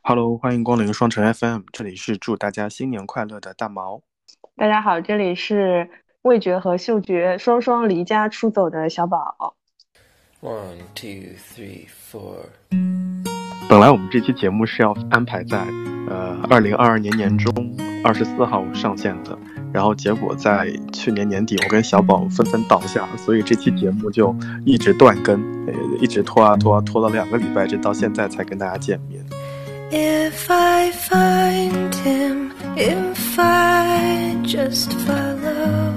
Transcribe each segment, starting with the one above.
Hello，欢迎光临双城 FM，这里是祝大家新年快乐的大毛。 大家好，这里是味觉和嗅觉双双离家出走的小宝。 One, two, three, four。 本来我们这期节目是要安排在2022年年中24号上线的，然后结果在去年年底我跟小宝纷纷倒下，所以这期节目就一直断更，一直拖了2个礼拜，直到现在才跟大家见面。 If I find him, if I just follow,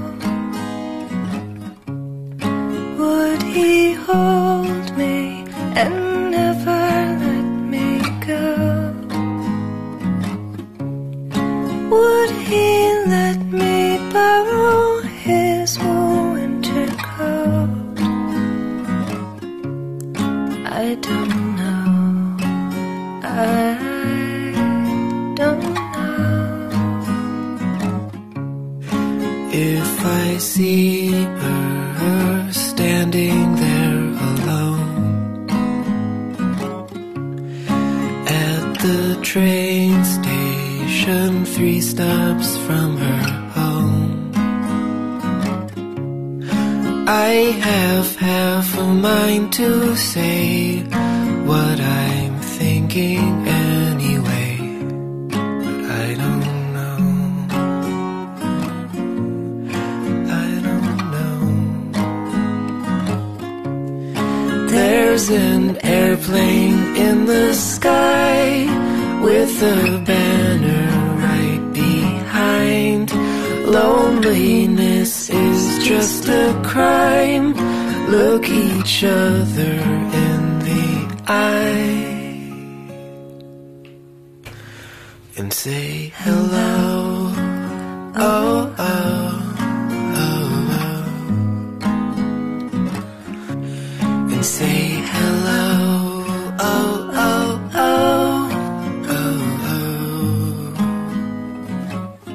would he hold me and never let me go? Would he let me borrow his winter coat? I don't know.I don't know. If I see her standing there alone at the train station 3 stops from her home, I have half a mind to say what I'm thinking anyway, but I don't know. I don't know. There's an airplane in the sky with a banner right behind. Loneliness is just a crime. Look each other in the eye and say hello. Oh, oh, oh, oh. And say hello. Oh, oh, oh, oh, oh.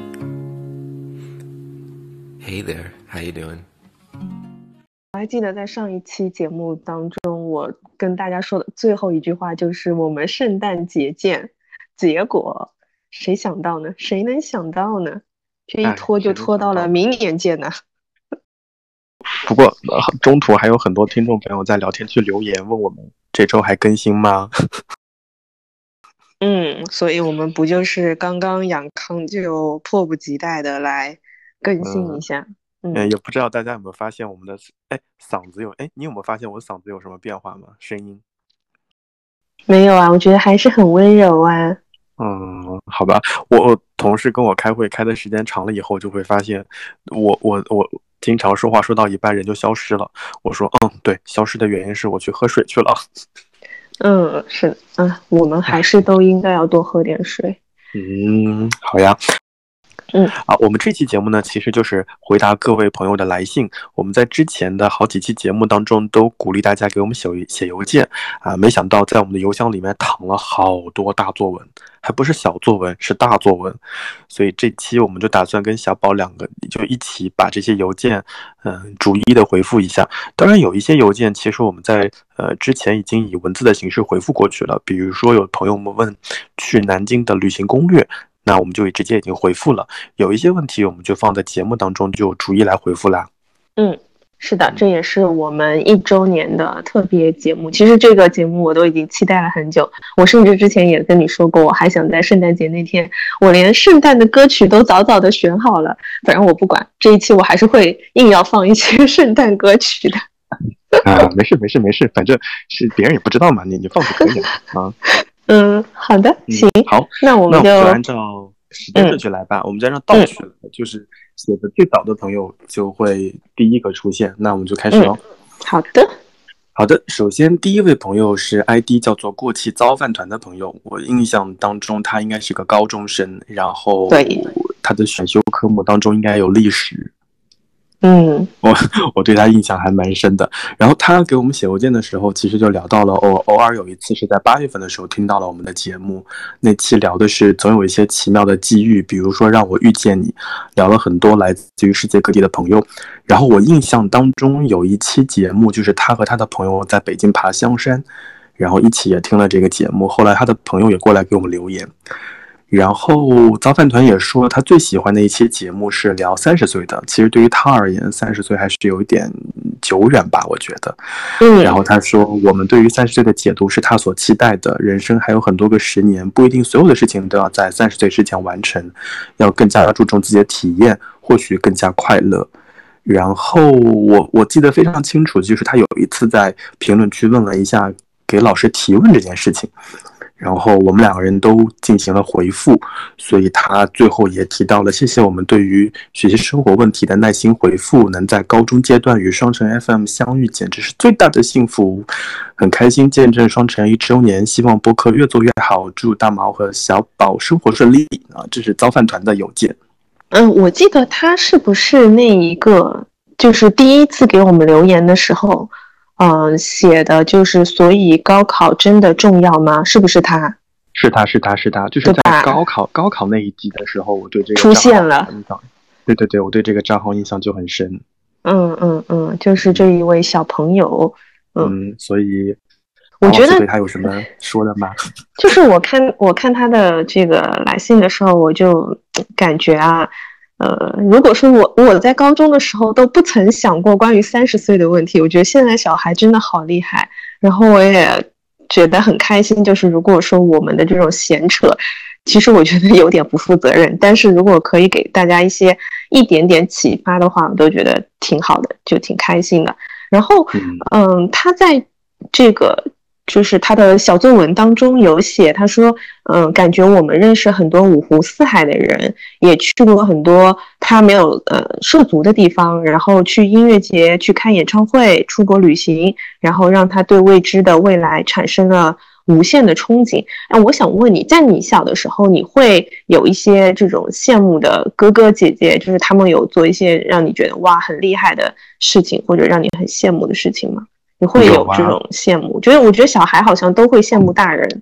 Hey there, how you doing? 我还记得在上一期节目当中，我跟大家说的最后一句话就是我们圣诞节见。结果谁想到呢？谁能想到呢？这一拖就拖到了明年见呢。 不过中途还有很多听众朋友在聊天区留言问我们这周还更新吗？ 所以我们不就是刚刚养康就迫不及待的来更新一下。 也不知道大家有没有发现我们的嗓子你有没有发现我嗓子有什么变化吗？声音没有啊，我觉得还是很温柔啊。 好吧，我同事跟我开会开的时间长了以后，就会发现我经常说话说到一半人就消失了。我说对，消失的原因是我去喝水去了。 是的，我们还是都应该要多喝点水。 好呀。我们这期节目呢，其实就是回答各位朋友的来信。我们在之前的好几期节目当中都鼓励大家给我们写邮件没想到在我们的邮箱里面躺了好多大作文，还不是小作文，是大作文。所以这期我们就打算跟小宝两个就一起把这些邮件逐一的回复一下。当然有一些邮件其实我们在之前已经以文字的形式回复过去了，比如说有朋友们问去南京的旅行攻略，那我们就直接已经回复了。有一些问题我们就放在节目当中就逐一来回复啦。 是的，这也是我们1周年的特别节目。其实这个节目我都已经期待了很久，我甚至之前也跟你说过，我还想在圣诞节那天，我连圣诞的歌曲都早早的选好了。反正我不管，这一期我还是会硬要放一些圣诞歌曲的。 没事，反正是别人也不知道嘛，你放就可以了啊。 好的，行， 好， 那我们就按照时间顺序来吧，我们就按照倒序来，就是写的最早的朋友就会第一个出现，那我们就开始咯。好的，首先第一位朋友是 ID 叫做过气糟饭团的朋友，我印象当中他应该是个高中生，然后他的选修科目当中应该有历史。我对他印象还蛮深的。然后他给我们写邮件的时候，其实就聊到了偶尔有一次是在8月份的时候听到了我们的节目，那期聊的是总有一些奇妙的际遇，比如说让我遇见你，聊了很多来自于世界各地的朋友。然后我印象当中有一期节目就是他和他的朋友在北京爬香山， 然后一起也听了这个节目。后来他的朋友也过来给我们留言，然后早饭团也说他最喜欢的一期节目是聊30岁的。其实对于他而言，30岁还是有一点久远吧，我觉得。然后他说，我们对于30岁的解读是他所期待的，人生还有很多个10年，不一定所有的事情都要在30岁之前完成，要更加注重自己的体验，或许更加快乐。然后我记得非常清楚，就是他有一次在评论区问了一下给老师提问这件事情，然后我们2个人都进行了回复，所以他最后也提到了谢谢我们对于学习生活问题的耐心回复，能在高中阶段与双城 FM 相遇简直是最大的幸福，很开心见证双城1周年，希望播客越做越好，祝大毛和小宝生活顺利啊！这是早饭团的邮件。 我记得他是不是那一个就是第一次给我们留言的时候写的就是所以高考真的重要吗？是不是他？ 是他，就是在高考那一集的时候，我对这个出现了。 对，我对这个账号印象就很深。 就是这一位小朋友。 所以我觉得对他有什么说的吗？ 就是我看他的这个来信的时候，我就感觉如果说我在高中的时候都不曾想过关于30岁的问题，我觉得现在小孩真的好厉害，然后我也觉得很开心。就是如果说我们的这种闲扯，其实我觉得有点不负责任，但是如果可以给大家一点点启发的话，我都觉得挺好的，就挺开心的。然后他在这个就是他的小作文当中有写，他说感觉我们认识很多五湖四海的人，也去过很多他没有涉足的地方，然后去音乐节，去看演唱会，出国旅行，然后让他对未知的未来产生了无限的憧憬。我想问你，在你小的时候，你会有一些这种羡慕的哥哥姐姐，就是他们有做一些让你觉得哇很厉害的事情，或者让你很羡慕的事情吗？你会有这种羡慕？我觉得小孩好像都会羡慕大人。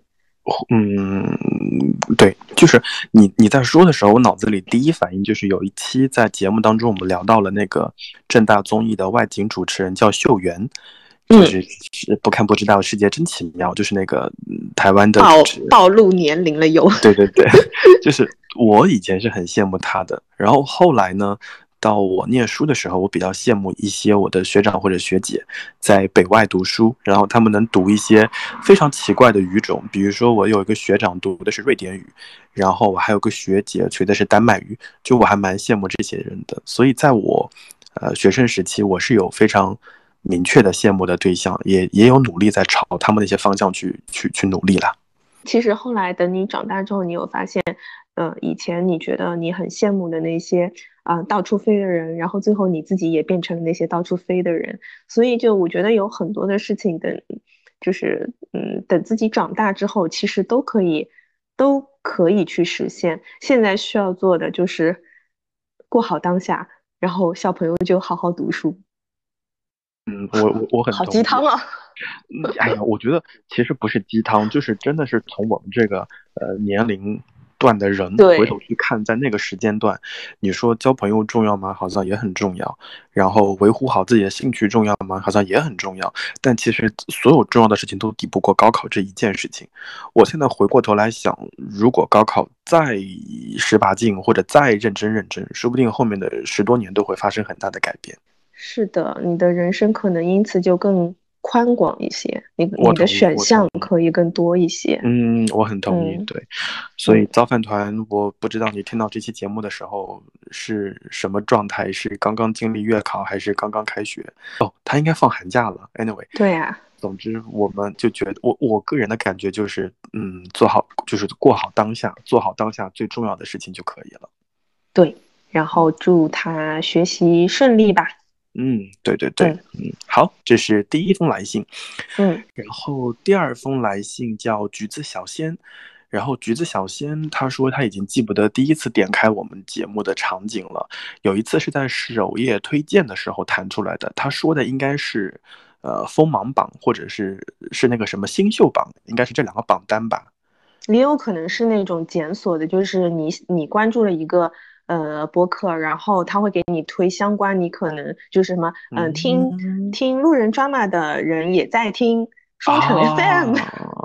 对，就是你在说的时候，我脑子里第一反应就是有一期在节目当中，我们聊到了那个正大综艺的外景主持人叫秀媛，就是不看不知道世界真奇妙，就是那个台湾的暴露年龄了有。 对，就是我以前是很羡慕他的，然后后来呢，到我念书的时候，我比较羡慕一些我的学长或者学姐在北外读书，然后他们能读一些非常奇怪的语种，比如说我有一个学长读的是瑞典语，然后我还有个学姐学的是丹麦语，就我还蛮羡慕这些人的。所以在我学生时期，我是有非常明确的羡慕的对象，也有努力在朝他们那些方向去努力啦。 其实后来等你长大之后，你有发现以前你觉得你很羡慕的那些到处飞的人，然后最后你自己也变成了那些到处飞的人。所以我觉得有很多的事情等自己长大之后，其实都可以去实现。现在需要做的就是过好当下，然后小朋友就好好读书。 我很好鸡汤啊！ 哎呀，我觉得其实不是鸡汤，就是真的是从我们这个年龄段的人回头去看，在那个时间段，你说交朋友重要吗？好像也很重要。然后维护好自己的兴趣重要吗？好像也很重要。但其实所有重要的事情都抵不过高考这一件事情。我现在回过头来想，如果高考再18禁或者再认真，说不定后面的10多年都会发生很大的改变。 是的，你的人生可能因此就更宽广一些，你的选项可以更多一些。 我很同意。对，所以早饭团，我不知道你听到这期节目的时候是什么状态，是刚刚经历月考还是刚刚开学？他应该放寒假了。Anyway， 对啊。 总之，我们就觉得我个人的感觉就是，做好就是过好当下，做好当下最重要的事情就可以了。 对，然后祝他学习顺利吧。 对，好，这是第一封来信。然后第二封来信叫橘子小仙，然后橘子小仙他说他已经记不得第一次点开我们节目的场景了，有一次是在首页推荐的时候弹出来的，他说的应该是锋芒榜或者是那个什么新秀榜，应该是这2个榜单吧。 也有可能是那种检索的，就是你关注了一个播客，然后他会给你推相关，你可能就是什么听路人 drama 的人也在听双城 FM。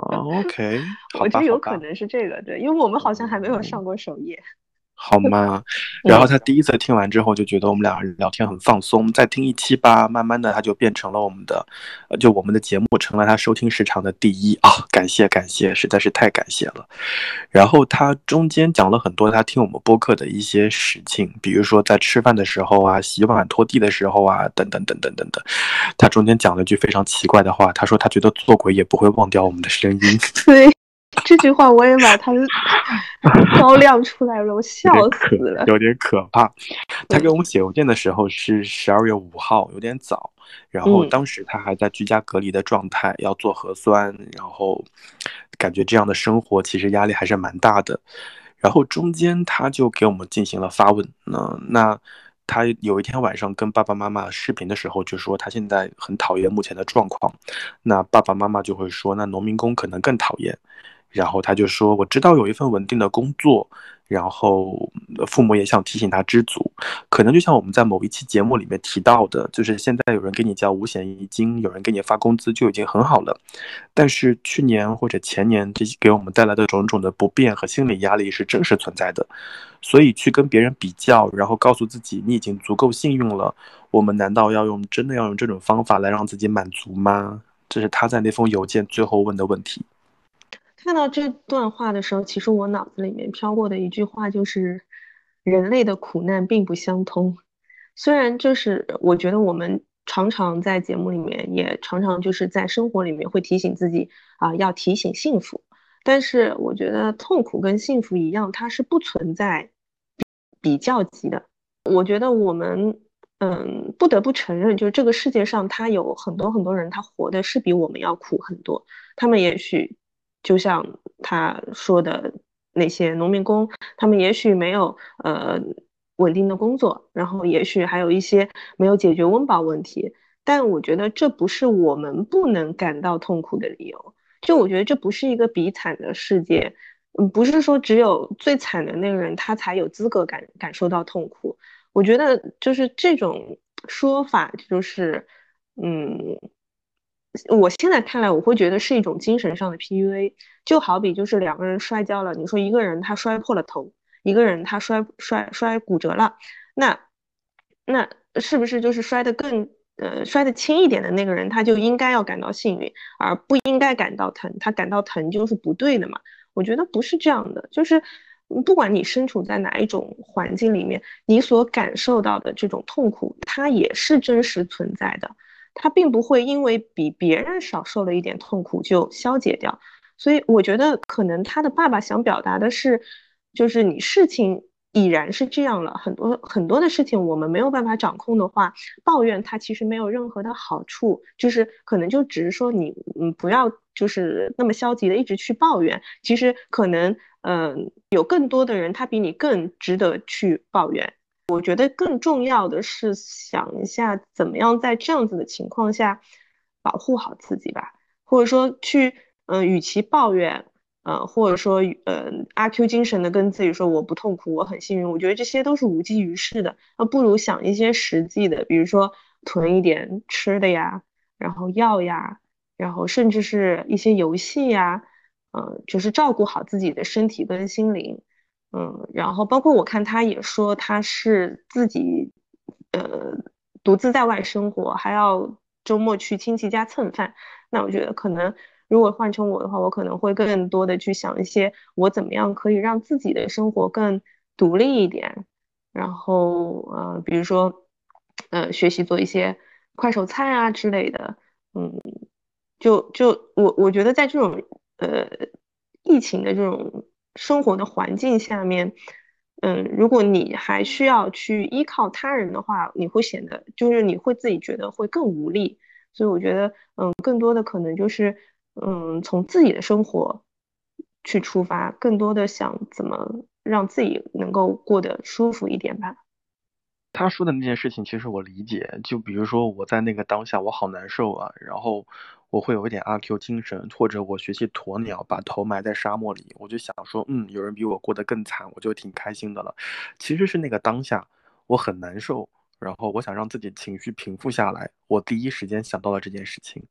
OK，好吧， 我觉得有好吧。 可能是这个，对，因为我们好像还没有上过首页。 好吗？然后他第一次听完之后就觉得我们俩人聊天很放松，再听一期吧，慢慢的他就变成了我们的，就我们的节目成了他收听时长的第一啊！感谢感谢，实在是太感谢了。然后他中间讲了很多他听我们播客的一些事情，比如说在吃饭的时候啊、洗碗拖地的时候啊，等等等等等等。他中间讲了一句非常奇怪的话，他说他觉得做鬼也不会忘掉我们的声音。 对，这句话我也把它高亮出来了，我笑死了， 有点可怕。他给我们写邮件的时候是12月5号，有点早。然后当时他还在居家隔离的状态，要做核酸，然后感觉这样的生活其实压力还是蛮大的。然后中间他就给我们进行了发问，那他有一天晚上跟爸爸妈妈视频的时候就说他现在很讨厌目前的状况，那爸爸妈妈就会说那农民工可能更讨厌。然后他就说我知道有一份稳定的工作，然后父母也想提醒他知足，可能就像我们在某一期节目里面提到的，就是现在有人给你交五险一金，有人给你发工资就已经很好了，但是去年或者前年这些给我们带来的种种的不便和心理压力是真实存在的，所以去跟别人比较，然后告诉自己你已经足够幸运了，我们难道真的要用这种方法来让自己满足吗？这是他在那封邮件最后问的问题。 看到这段话的时候，其实我脑子里面飘过的一句话就是人类的苦难并不相通。虽然就是我觉得我们常常在节目里面，也常常就是在生活里面会提醒自己要提醒幸福，但是我觉得痛苦跟幸福一样，它是不存在比较级的。我觉得我们不得不承认，就是这个世界上他有很多很多人，他活的是比我们要苦很多。他们也许就像他说的那些农民工，他们也许没有稳定的工作，然后也许还有一些没有解决温饱问题，但我觉得这不是我们不能感到痛苦的理由。就我觉得这不是一个比惨的世界，不是说只有最惨的那个人他才有资格感受到痛苦。我觉得就是这种说法，就是嗯，我现在看来，我会觉得是一种精神上的 PUA，就好比就是两个人摔跤了，你说一个人他摔破了头，一个人他摔骨折了，那那是不是就是摔得轻一点的那个人，他就应该要感到幸运，而不应该感到疼？他感到疼就是不对的嘛？我觉得不是这样的，就是不管你身处在哪一种环境里面，你所感受到的这种痛苦，它也是真实存在的。他并不会因为比别人少受了一点痛苦就消解掉。所以我觉得可能他的爸爸想表达的是，就是你事情已然是这样了，很多很多的事情我们没有办法掌控的话，抱怨它其实没有任何的好处，就是可能就只是说你不要就是那么消极的一直去抱怨，其实可能有更多的人他比你更值得去抱怨。我觉得更重要的是想一下，怎么样在这样子的情况下保护好自己吧，或者说去，与其抱怨，或者说，阿 Q 精神的跟自己说我不痛苦，我很幸运，我觉得这些都是无济于事的。那不如想一些实际的，比如说囤一点吃的呀，然后药呀，然后甚至是一些游戏呀，就是照顾好自己的身体跟心灵。然后包括我看他也说他是自己独自在外生活，还要周末去亲戚家蹭饭。那我觉得可能如果换成我的话，我可能会更多的去想一些我怎么样可以让自己的生活更独立一点，然后比如说学习做一些快手菜啊之类的。嗯，我觉得在这种呃疫情的这种生活的环境下面，如果你还需要去依靠他人的话，你会显得就是你会自己觉得会更无力。所以我觉得，更多的可能就是，从自己的生活去出发，更多的想怎么让自己能够过得舒服一点吧。 他说的那件事情，其实我理解。就比如说我在那个当下，我好难受啊，然后我会有一点阿 Q 精神，或者我学习鸵鸟，把头埋在沙漠里，我就想说，有人比我过得更惨，我就挺开心的了。其实是那个当下，我很难受，然后我想让自己情绪平复下来，我第一时间想到了这件事情。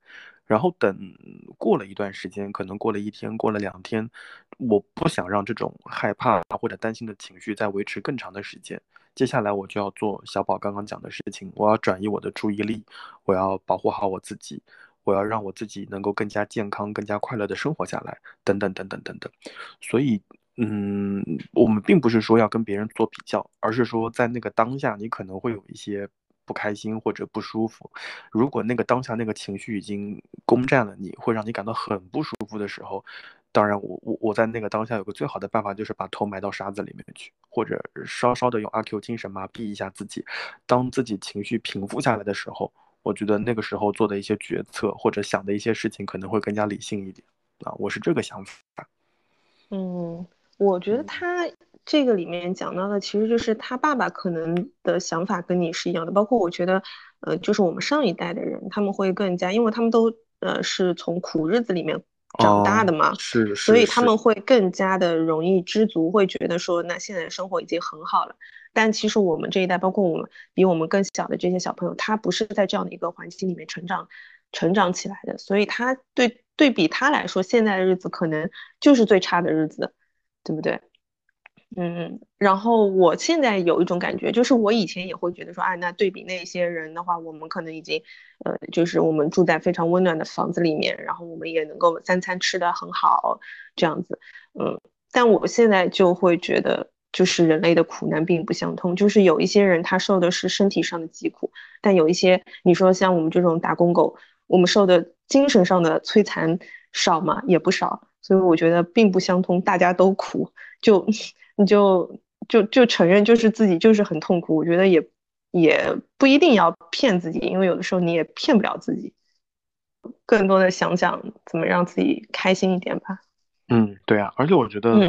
然后等过了一段时间，可能过了1天，过了2天，我不想让这种害怕或者担心的情绪再维持更长的时间。接下来我就要做小宝刚刚讲的事情，我要转移我的注意力，我要保护好我自己，我要让我自己能够更加健康、更加快乐的生活下来，等等等等等等。所以，我们并不是说要跟别人做比较，而是说在那个当下，你可能会有一些不开心或者不舒服。如果那个当下那个情绪已经攻占了你，会让你感到很不舒服的时候，当然我在那个当下有个最好的办法，就是把头埋到沙子里面去，或者稍稍的用阿 Q 精神麻痹一下自己。当自己情绪平复下来的时候，我觉得那个时候做的一些决策或者想的一些事情可能会更加理性一点啊，我是这个想法。 我觉得他这个里面讲到的，其实就是他爸爸可能的想法跟你是一样的，包括我觉得，就是我们上一代的人，他们会更加，因为他们都是从苦日子里面长大的嘛，所以他们会更加的容易知足，会觉得说，那现在的生活已经很好了。但其实我们这一代，包括我们比我们更小的这些小朋友，他不是在这样的一个环境里面成长起来的，所以他对比他来说，现在的日子可能就是最差的日子，对不对？然后我现在有一种感觉，就是我以前也会觉得说，那对比那些人的话，我们可能已经，就是我们住在非常温暖的房子里面，然后我们也能够3餐吃得很好，这样子，但我现在就会觉得，就是人类的苦难并不相通，就是有一些人他受的是身体上的疾苦，但有一些你说像我们这种打工狗，我们受的精神上的摧残少吗？也不少，所以我觉得并不相通，大家都苦，你就承认就是自己就是很痛苦，我觉得也不一定要骗自己，因为有的时候你也骗不了自己，更多的想想怎么让自己开心一点吧。 对啊，而且我觉得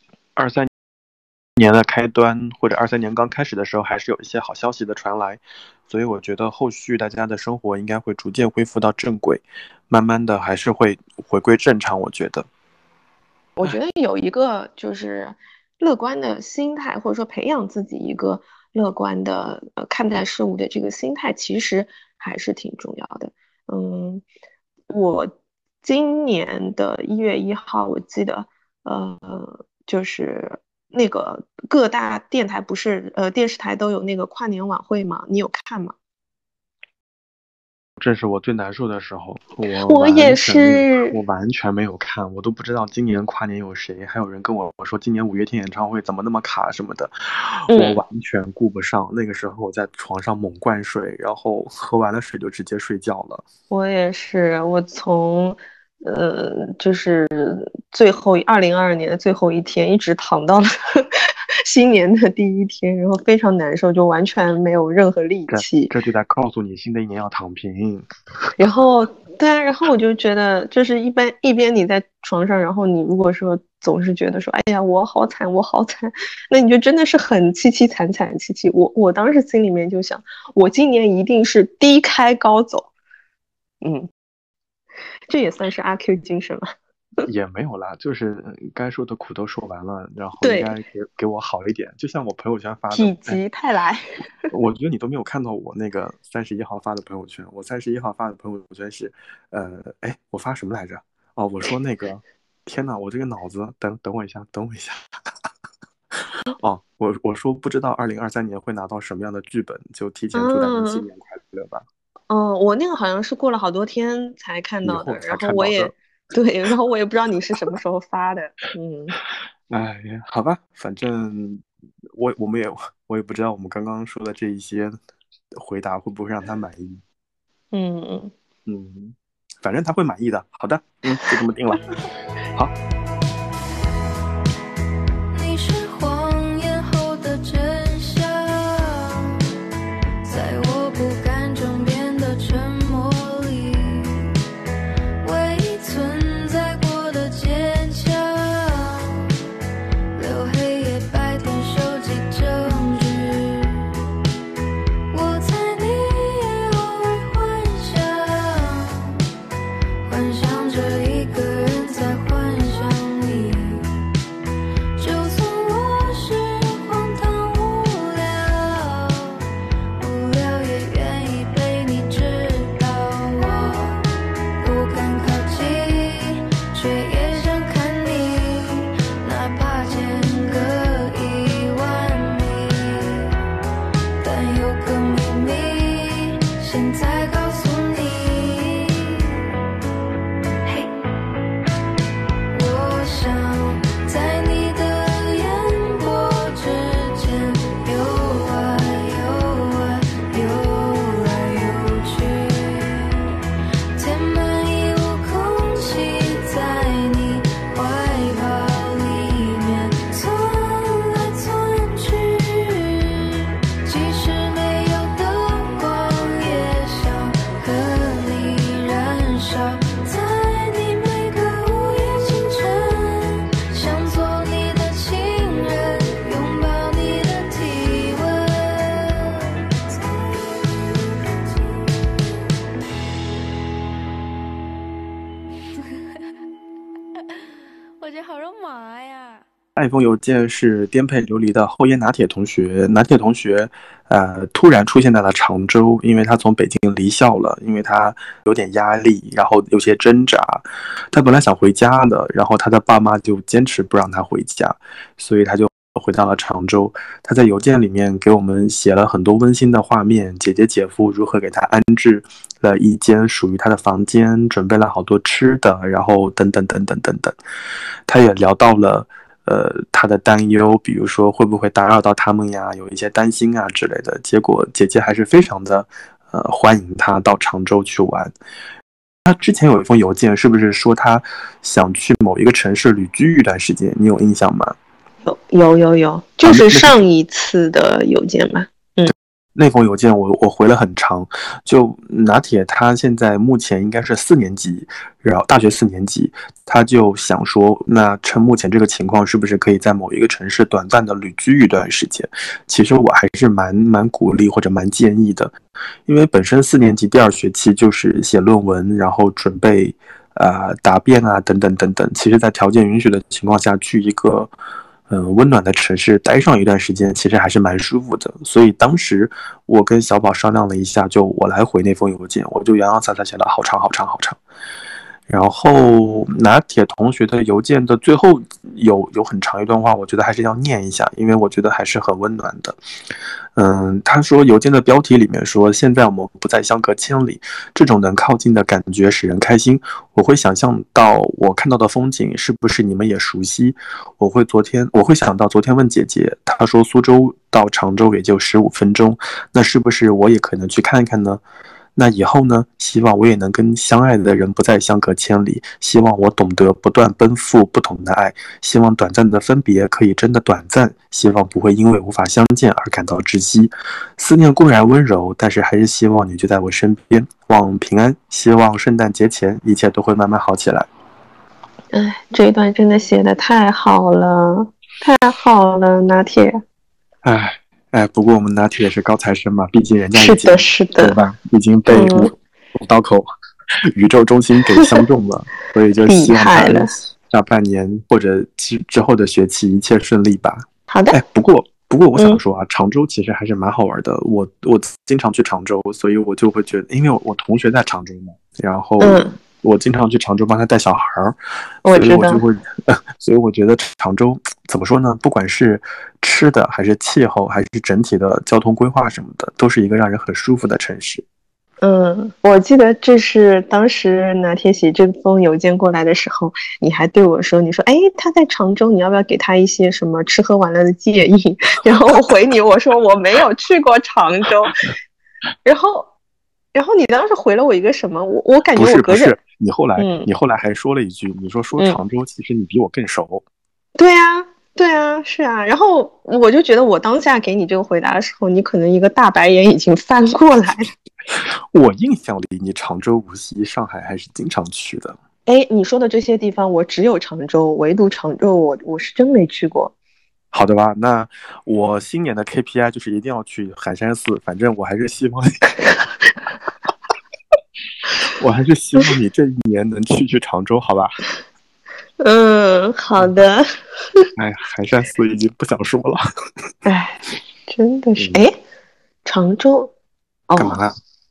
23年的开端或者23年刚开始的时候，还是有一些好消息的传来，所以我觉得后续大家的生活应该会逐渐恢复到正轨，慢慢的还是会回归正常。我觉得有一个就是乐观的心态，或者说培养自己一个乐观的看待事物的这个心态，其实还是挺重要的。我今年的1月1号，我记得就是那个各大电台不是电视台都有那个跨年晚会吗？你有看吗？ 这是我最难受的时候， 我也是， 我完全没有看，我都不知道今年跨年有谁，还有人跟我说今年5月天演唱会怎么那么卡什么的，我完全顾不上。那个时候我在床上猛灌水，然后喝完了水就直接睡觉了。 我也是，我从就是最后2022年的最后一天一直躺到了新年的第1天，然后非常难受，就完全没有任何力气。 这就在告诉你新的一年要躺平。 然后对啊，然后我就觉得就是一边你在床上，然后你如果说总是觉得说哎呀我好惨我好惨，那你就真的是很凄凄惨惨戚戚。我当时心里面就想，我今年一定是低开高走。这也算是阿 Q 精神了。 也没有啦，就是该说的苦都说完了，然后应该给我好一点。就像我朋友圈发的， 否极泰来。 我觉得你都没有看到我那个31号发的朋友圈。我31号发的朋友圈是，我发什么来着？哦，我说那个，天哪，我这个脑子，等我一下。哦，我说不知道2023年会拿到什么样的剧本，就提前祝大家新年快乐吧。 我那个好像是过了好多天才看到的，然后我也不知道你是什么时候发的。 哎呀，好吧，反正我也不知道我们刚刚说的这一些回答会不会让他满意。反正他会满意的。好的，就这么定了。好。 你是谎言后的真相，在我不敢争辩的沉默里，唯一存在过的坚强，留黑夜白天收集证据。我猜你也偶尔幻想着一个人在幻想。 下一封邮件是颠沛流离的后耶拿铁同学。拿铁同学，突然出现在了常州，因为他从北京离校了，因为他有点压力，然后有些挣扎。他本来想回家的，然后他的爸妈就坚持不让他回家，所以他就回到了常州。他在邮件里面给我们写了很多温馨的画面，姐姐姐夫如何给他安置了一间属于他的房间，准备了好多吃的，然后等等等等等等。他也聊到了他的担忧，比如说会不会打扰到他们呀，有一些担心啊之类的。结果姐姐还是非常的欢迎他到常州去玩。他之前有一封邮件，是不是说他想去某一个城市旅居一段时间？你有印象吗？ 有，就是上一次的邮件吧。 那封邮件我回了很长，就拿铁他现在目前应该是4年级，然后大学4年级，他就想说，那趁目前这个情况，是不是可以在某一个城市短暂的旅居一段时间？其实我还是蛮鼓励或者蛮建议的，因为本身4年级第2学期就是写论文，然后准备答辩啊等等等等，其实在条件允许的情况下，去一个温暖的城市待上一段时间，其实还是蛮舒服的。所以当时我跟小宝商量了一下，就我来回那封邮件，我就洋洋洒洒写了好长。然后拿铁同学的邮件的最后有很长一段话，我觉得还是要念一下，因为我觉得还是很温暖的。他说邮件的标题里面说，现在我们不再相隔千里，这种能靠近的感觉使人开心。我会想象到我看到的风景是不是你们也熟悉。我会想到昨天问姐姐，她说苏州到常州也就15分钟，那是不是我也可能去看看呢？那以后呢？希望我也能跟相爱的人不再相隔千里，希望我懂得不断奔赴不同的爱，希望短暂的分别可以真的短暂，希望不会因为无法相见而感到窒息。思念固然温柔，但是还是希望你就在我身边，望平安，希望圣诞节前一切都会慢慢好起来。 这一段真的写得太好了，拿铁。 不过我们拿铁也是高材生嘛，毕竟人家已经是的， 对吧？已经被五刀口宇宙中心给相中了，所以就希望他下半年或者之后的学期一切顺利吧。 好的。 不过我想说啊，常州其实还是蛮好玩的。我经常去常州，所以我就会觉得，因为我同学在常州嘛，然后我经常去常州帮他带小孩儿，所以我觉得常州怎么说呢？不管是吃的，还是气候，还是整体的交通规划什么的，都是一个让人很舒服的城市。 我记得这是当时拿铁写这封邮件过来的时候，你还对我说，你说他在常州，你要不要给他一些什么吃喝玩乐的建议？然后我回你，我说我没有去过常州，然后你当时回了我一个什么？我感觉我隔着你后来还说了一句，你说常州其实你比我更熟。 对啊，是啊。然后我就觉得我当下给你这个回答的时候，你可能一个大白眼已经翻过来了。 我印象里你常州、无锡、上海还是经常去的。 你说的这些地方我只有常州，唯独常州我是真没去过。 好的吧，那我新年的 KPI 就是一定要去寒山寺，反正我还是希望我还是希望你这一年能去常州，好吧？ 好的。 寒山寺已经不想说了。 真的是。常州干嘛？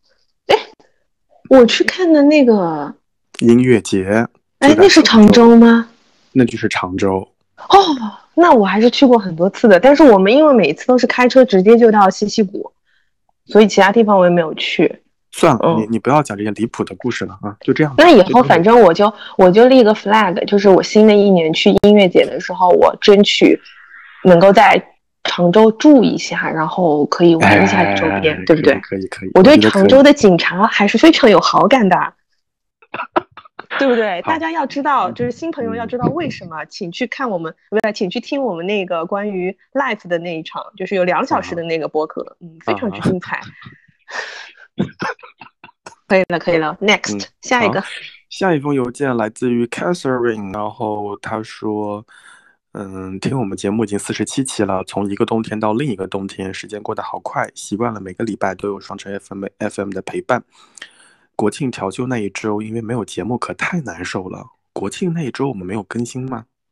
我去看的那个音乐节。 那是常州吗？ 那就是常州。 那我还是去过很多次的，但是我们因为每次都是开车直接就到西溪谷，所以其他地方我也没有去。 算了，你不要讲这些离谱的故事了啊，就这样。 那以后反正我就立个 flag， 就是我新的一年去音乐节的时候，我争取能够在常州住一下，然后可以玩一下周边，对不对？ 可以。 我对常州的警察还是非常有好感的，对不对？大家要知道，就是新朋友要知道为什么，请去听我们那个关于 live 的那一场，就是有2小时的那个播客，非常之精彩。可以了 ，next，下一个。 下一封邮件来自于 Catherine， 然后他说，听我们节目已经47期了，从一个冬天到另一个冬天，时间过得好快，习惯了每个礼拜都有双城 FM 的陪伴。国庆调休那一周，因为没有节目可太难受了。国庆那一周我们没有更新吗？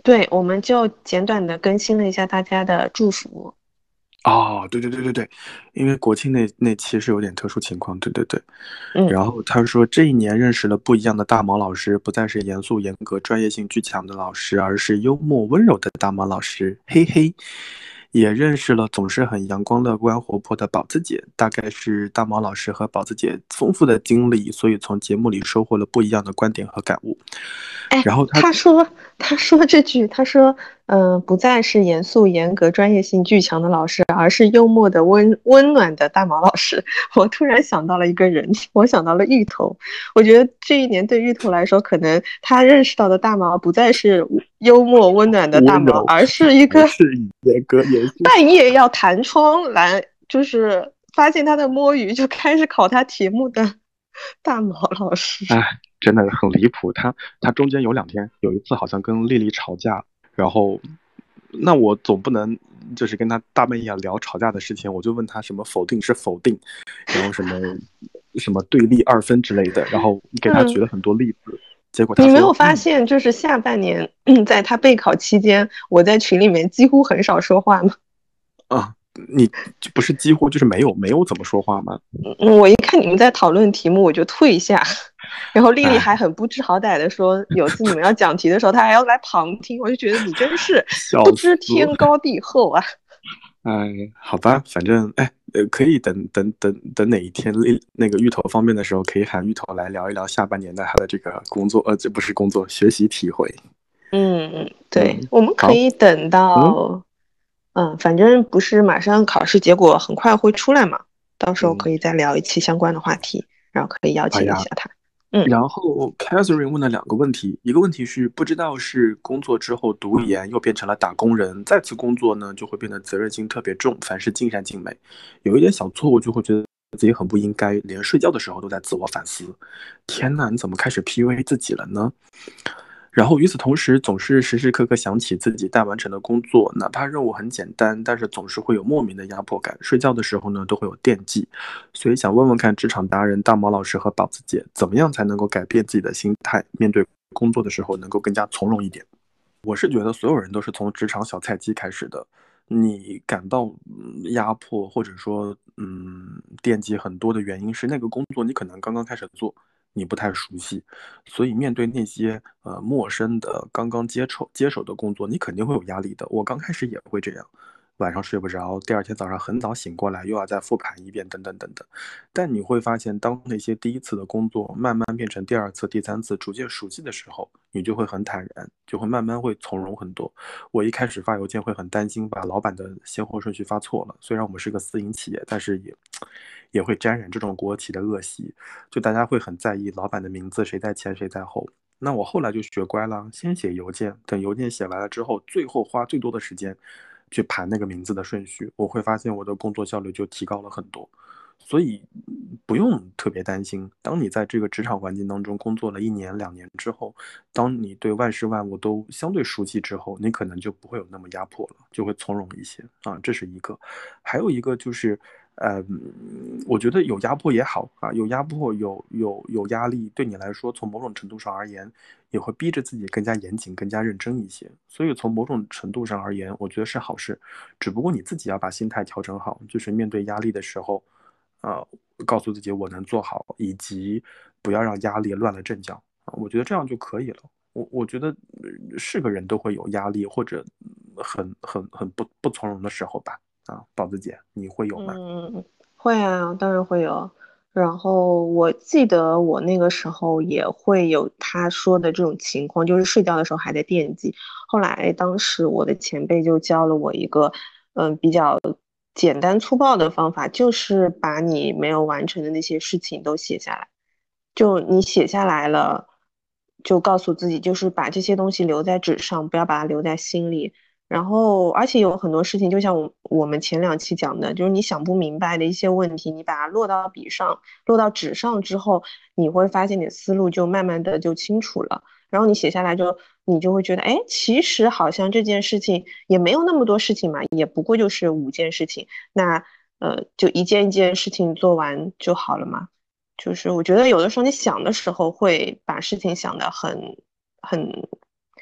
对，我们就简短的更新了一下大家的祝福。 哦，对对对对对，因为国庆那期是有点特殊情况，对对对。然后他说，这一年认识了不一样的大毛老师，不再是严肃严格、专业性巨强的老师，而是幽默温柔的大毛老师，嘿嘿。也认识了总是很阳光乐观活泼的宝子姐，大概是大毛老师和宝子姐丰富的经历，所以从节目里收获了不一样的观点和感悟。然后他说这句，他说，不再是严肃严格、专业性巨强的老师，而是幽默的温暖的大毛老师。我突然想到了一个人，我想到了芋头。我觉得这一年对芋头来说，可能他认识到的大毛不再是幽默温暖的大毛，而是一个半夜要弹窗来，就是发现他的摸鱼就开始考他题目的大毛老师。 哎，真的很离谱。他中间有2天，有一次好像跟丽丽吵架，然后那我总不能就是跟他大半夜聊吵架的事情，我就问他什么否定是否定，然后什么对立2分之类的，然后给他举了很多例子。结果他说， 你没有发现就是下半年在他备考期间，我在群里面几乎很少说话吗？ 你不是几乎就是没有怎么说话吗？ 我一看你们在讨论题目，我就退下。然后丽丽还很不知好歹的说，有次你们要讲题的时候，她还要来旁听，我就觉得你真是不知天高地厚啊。 好吧，反正可以等哪一天那个芋头方便的时候，可以喊芋头来聊一聊下半年的他的这个工作，这不是工作，学习体会。 对，我们可以等到，反正不是马上考试结果很快会出来嘛，到时候可以再聊一期相关的话题，然后可以邀请一下他。 然后 Catherine 问了2个问题，一个问题是不知道是工作之后读研又变成了打工人，再次工作呢就会变得责任心特别重，凡事尽善尽美，有一点小错误就会觉得自己很不应该，连睡觉的时候都在自我反思。天哪，你怎么开始 PUA 自己了呢？然后与此同时，总是时时刻刻想起自己待完成的工作，哪怕任务很简单，但是总是会有莫名的压迫感。睡觉的时候呢，都会有惦记。所以想问问看，职场达人大毛老师和宝子姐，怎么样才能够改变自己的心态，面对工作的时候能够更加从容一点？我是觉得所有人都是从职场小菜鸡开始的，你感到压迫或者说惦记很多的原因是那个工作你可能刚刚开始做。你不太熟悉，所以面对那些陌生的刚刚接手的工作，你肯定会有压力的。我刚开始也会这样，晚上睡不着，第二天早上很早醒过来，又要再复盘一遍，等等等等。但你会发现，当那些第一次的工作慢慢变成第2次、第3次，逐渐熟悉的时候，你就会很坦然，就会慢慢会从容很多。我一开始发邮件会很担心把老板的先后顺序发错了，虽然我们是个私营企业，但是也会沾染这种国企的恶习，就大家会很在意老板的名字谁在前谁在后。那我后来就学乖了，先写邮件，等邮件写完了之后，最后花最多的时间去盘那个名字的顺序，我会发现我的工作效率就提高了很多。所以不用特别担心，当你在这个职场环境当中工作了1年2年之后，当你对万事万物都相对熟悉之后，你可能就不会有那么压迫了，就会从容一些啊，这是一个。还有一个就是我觉得有压迫也好啊，有压迫有压力，对你来说从某种程度上而言也会逼着自己更加严谨更加认真一些，所以从某种程度上而言我觉得是好事，只不过你自己要把心态调整好，就是面对压力的时候告诉自己我能做好，以及不要让压力乱了阵脚我觉得这样就可以了。我觉得是个人都会有压力或者很不从容的时候吧宝子姐你会有吗？ 会啊，当然会有。然后我记得我那个时候也会有他说的这种情况，就是睡觉的时候还在惦记。后来当时我的前辈就教了我一个比较简单粗暴的方法，就是把你没有完成的那些事情都写下来。就你写下来了，就告诉自己，就是把这些东西留在纸上，不要把它留在心里。然后，而且有很多事情，就像我们前2期讲的，就是你想不明白的一些问题，你把它落到笔上、落到纸上之后，你会发现你的思路就慢慢的就清楚了。然后你写下来之后，你就会觉得，哎，其实好像这件事情也没有那么多事情嘛，也不过就是5件事情，那就一件一件事情做完就好了嘛。就是我觉得有的时候你想的时候会把事情想得很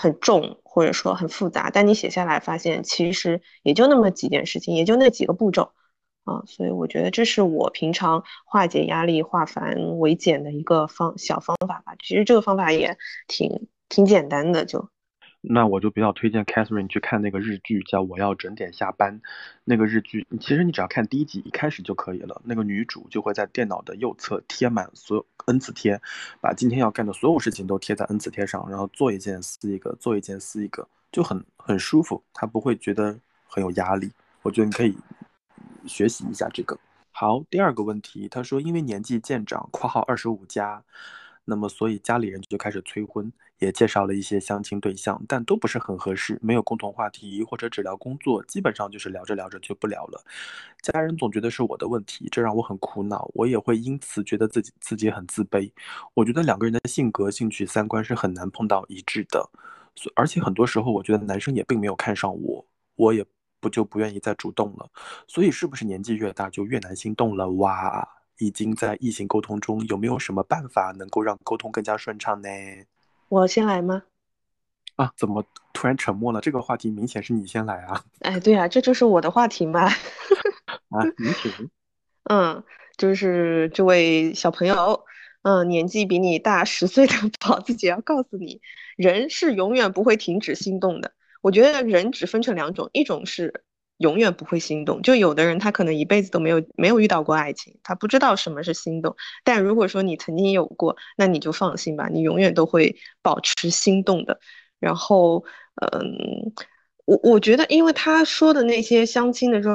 很重，或者说很复杂，但你写下来发现其实也就那么几件事情，也就那几个步骤啊，所以我觉得这是我平常化解压力、化繁为简的一个小方法吧。其实这个方法也挺简单的，就。 那我就比较推荐 Catherine 去看那个日剧，叫《我要准点下班》。那个日剧，其实你只要看第一集一开始就可以了。那个女主就会在电脑的右侧贴满所有 N 次贴，把今天要干的所有事情都贴在 N 次贴上，然后做一件撕一个，做一件撕一个，就很舒服，她不会觉得很有压力。我觉得你可以学习一下这个。好，第二个问题，他说因为年纪渐长（括号25+），那么所以家里人就开始催婚，也介绍了一些相亲对象，但都不是很合适，没有共同话题或者只聊工作，基本上就是聊着聊着就不聊了。家人总觉得是我的问题，这让我很苦恼，我也会因此觉得自己很自卑。我觉得两个人的性格、兴趣、三观是很难碰到一致的，而且很多时候我觉得男生也并没有看上我，我也不愿意再主动了。所以是不是年纪越大就越难心动了？哇，已经在异性沟通中，有没有什么办法能够让沟通更加顺畅呢？ 我先来吗？ 啊，怎么突然沉默了？这个话题明显是你先来啊！ 哎，对啊，这就是我的话题嘛。 啊，你请。 嗯，就是这位小朋友，年纪比你大10岁的宝自己要告诉你，人是永远不会停止心动的。我觉得人只分成两种，一种是永远不会心动，就有的人他可能一辈子都没有遇到过爱情，他不知道什么是心动。但如果说你曾经有过，那你就放心吧，你永远都会保持心动的。然后，我觉得，因为他说的那些相亲的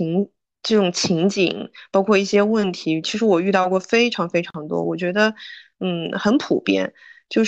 这种情景，包括一些问题，其实我遇到过非常非常多，我觉得，很普遍。就是，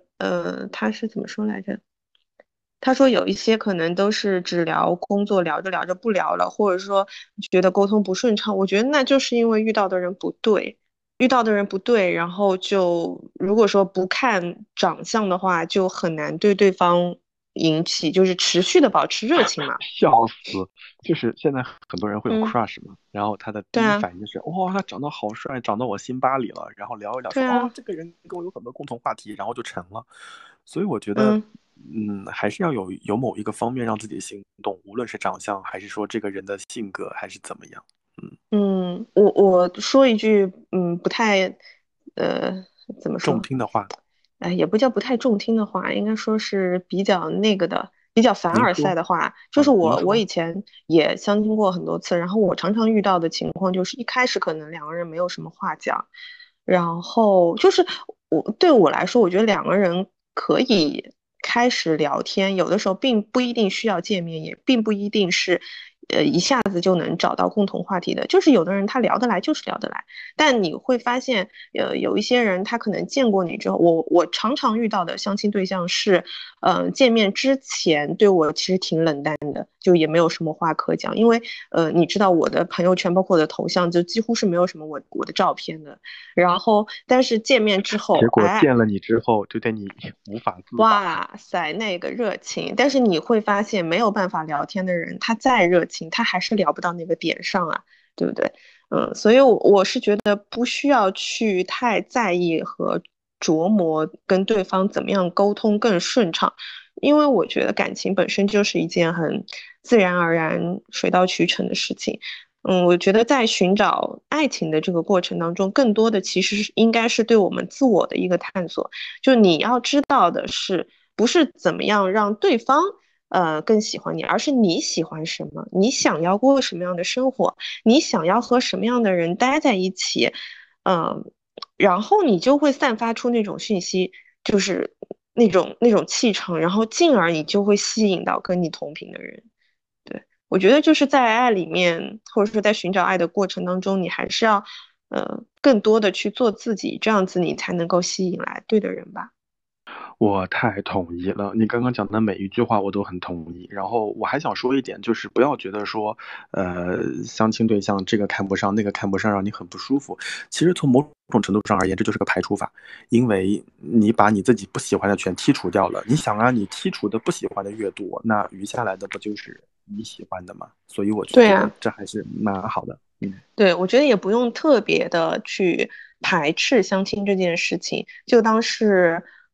他是怎么说来着？他说有一些可能都是只聊工作，聊着聊着不聊了，或者说觉得沟通不顺畅。我觉得那就是因为遇到的人不对，遇到的人不对，然后就如果说不看长相的话，就很难对对方引起就是持续的保持热情嘛。 笑死！就是现在很多人会有嗯， crush 嘛，然后他的第一对啊， 反应是，哇，他长得好帅，长到我心巴里了。然后聊一聊说，哦， 对啊， 这个人跟我有很多共同话题，然后就成了。所以我觉得， 嗯。 还是要有某一个方面让自己心动，无论是长相，还是说这个人的性格，还是怎么样。 我说一句，不太，怎么中说？ 听的话， 哎，也不叫不太中听的话，应该说是比较那个的，比较凡尔赛您说的话。就是啊，您我说。 以前也相亲过很多次，然后我常常遇到的情况就是一开始可能两个人没有什么话讲，然后就是对我来说，我觉得两个人可以开始聊天，有的时候并不一定需要见面，也并不一定是一下子就能找到共同话题的。就是有的人他聊得来，就是聊得来。但你会发现，有一些人他可能见过你之后，我常常遇到的相亲对象是，见面之前对我其实挺冷淡的，就也没有什么话可讲，因为你知道我的朋友圈包括我的头像就几乎是没有什么我的照片的，然后但是见面之后， 结果哎。 见了你之后，就对你无法自拔。 哇塞，那个热情！但是你会发现，没有办法聊天的人，他再热情，他还是聊不到那个点上啊，对不对？所以我是觉得不需要去太在意和琢磨跟对方怎么样沟通更顺畅，因为我觉得感情本身就是一件很自然而然、水到渠成的事情。我觉得在寻找爱情的这个过程当中，更多的其实应该是对我们自我的一个探索。就你要知道的是，不是怎么样让对方更喜欢你，而是你喜欢什么，你想要过什么样的生活，你想要和什么样的人待在一起，嗯、然后你就会散发出那种讯息，就是那种气场，然后进而你就会吸引到跟你同频的人。对，我觉得就是在爱里面，或者说在寻找爱的过程当中，你还是要更多的去做自己，这样子你才能够吸引来对的人吧。 我太同意了，你刚刚讲的每一句话我都很同意。然后我还想说一点，就是不要觉得说，相亲对象这个看不上，那个看不上，让你很不舒服。其实从某种程度上而言，这就是个排除法，因为你把你自己不喜欢的全剔除掉了。你想啊，你剔除的不喜欢的越多，那余下来的不就是你喜欢的吗？所以我就觉得对啊， 这还是蛮好的。 对，我觉得也不用特别的去排斥相亲这件事情，就当是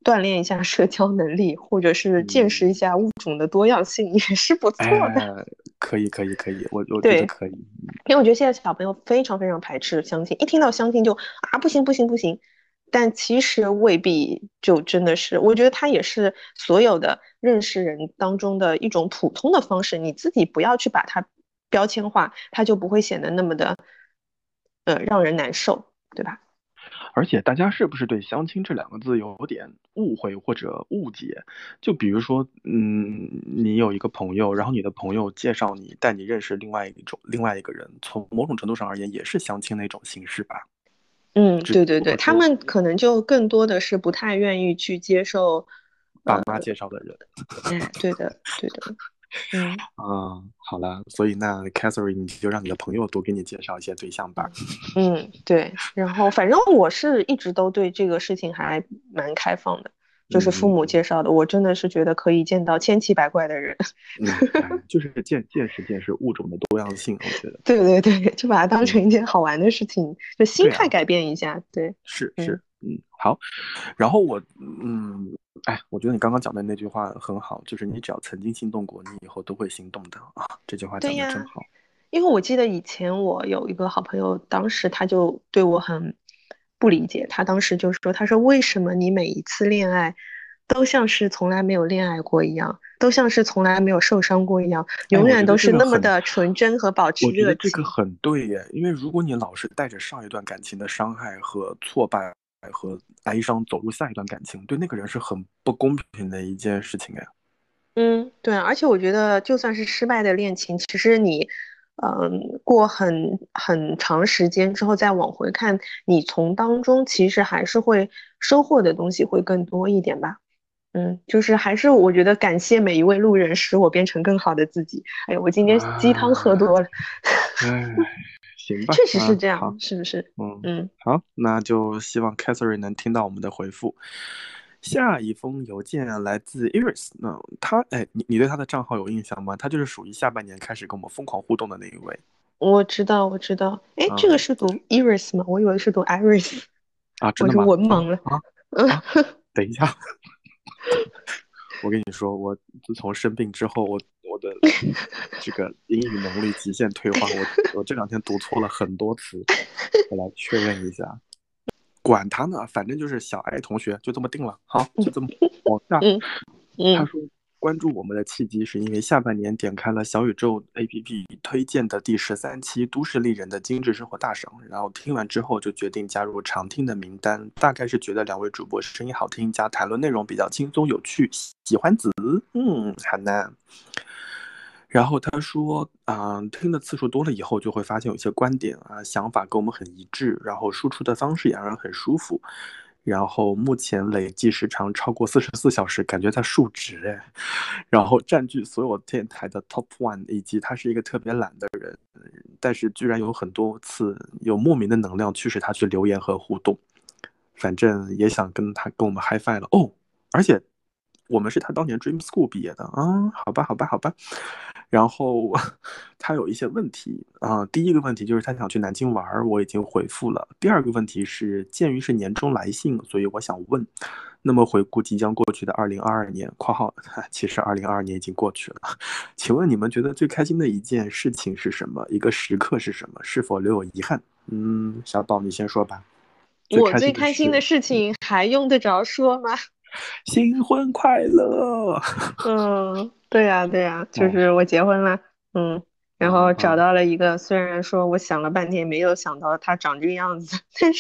锻炼一下社交能力，或者是见识一下物种的多样性，也是不错的。 可以，我觉得对， 可以。 因为我觉得现在小朋友非常非常排斥相亲，一听到相亲就不行不行不行。但其实未必就真的是，我觉得它也是所有的认识人当中的一种普通的方式，你自己不要去把它标签化，它就不会显得那么的让人难受，对吧？ 而且大家是不是对相亲这两个字有点误会或者误解？就比如说，你有一个朋友，然后你的朋友介绍你，带你认识另外一个人，从某种程度上而言，也是相亲的一种形式吧？ 对对对，他们可能就更多的是不太愿意去接受爸妈介绍的人。 对的，对的。 好了，所以那 Catherine 你就让你的朋友多给你介绍一些对象吧。 对。然后反正我是一直都对这个事情还蛮开放的，就是父母介绍的，我真的是觉得可以见到千奇百怪的人。 就是见识物种的多样性，我觉得。 对对对，就把它当成一件好玩的事情，就心态改变一下。对， 是，好。然后我觉得你刚刚讲的那句话很好，就是你只要曾经心动过，你以后都会心动的啊！这句话讲的真好。 因为我记得以前我有一个好朋友，当时他就对我很不理解，他当时就说：“他说为什么你每一次恋爱都像是从来没有恋爱过一样，都像是从来没有受伤过一样，永远都是那么的纯真和保持热情。” 我觉得这个很对耶，因为如果你老是带着上一段感情的伤害和挫败和哀伤走入下一段感情，对那个人是很不公平的一件事情哎。 对，而且我觉得就算是失败的恋情，其实你过很长时间之后再往回看，你从当中其实还是会收获的东西会更多一点吧。就是还是我觉得感谢每一位路人，使我变成更好的自己。哎呦，我今天鸡汤喝多了。 行吧， 确实是这样，是不是？ 好，那就希望 Catherine 能听到我们的回复。下一封邮件来自 Iris，你对他的账号有印象吗？他就是属于下半年开始跟我们疯狂互动的那一位。 我知道。这个是读 Iris 吗？我以为是读 Iris。 真的吗？ 我就文盲了。 等一下。我跟你说，我自从生病之后，我的这个英语能力极限退化，我这2天读错了很多词，我来确认一下。管他呢，反正就是小艾同学，就这么定了。好，就这么往下。他说关注我们的契机是因为下半年点开了小宇宙 APP 推荐的第13期都市丽人的精致生活大赏，然后听完之后就决定加入常听的名单，大概是觉得2位主播声音好听，加谈论内容比较轻松有趣，喜欢子。好呢。然后他说听的次数多了以后就会发现有些观点想法跟我们很一致，然后输出的方式也让人很舒服，然后目前累计时长超过44小时，感觉在数值然后占据所有电台的 top 1，以及他是一个特别懒的人，但是居然有很多次有莫名的能量驱使他去留言和互动，反正也想跟我们 high five 了而且我们是他当年 Dream School 毕业的好吧。然后他有一些问题第一个问题就是他想去南京玩，我已经回复了。第二个问题是鉴于是年终来信，所以我想问，那么回顾即将过去的2022年（括号其实2022年已经过去了），请问你们觉得最开心的一件事情是什么？一个时刻是什么？是否留有遗憾？小宝你先说吧。 我最开心的事情还用得着说吗？ 新婚快乐。 对呀，就是我结婚了。然后找到了一个，虽然说我想了半天没有想到他长这个样子，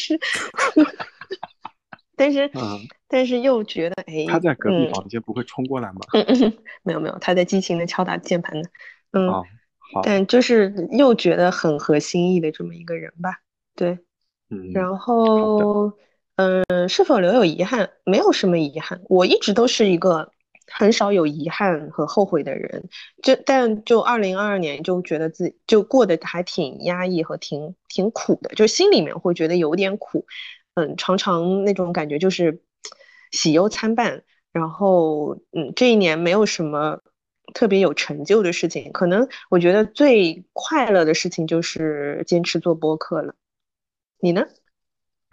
但是又觉得他在隔壁房间不会冲过来吗？ 没有，他在激情的敲打键盘呢。 好， 但就是又觉得很合心意的这么一个人吧。对，然后是否留有遗憾？没有什么遗憾，我一直都是一个很少有遗憾和后悔的人。但就2022年就觉得自己就过得还挺压抑和挺苦的，就心里面会觉得有点苦。常常那种感觉就是喜忧参半。然后这一年没有什么特别有成就的事情，可能我觉得最快乐的事情就是坚持做播客了。你呢？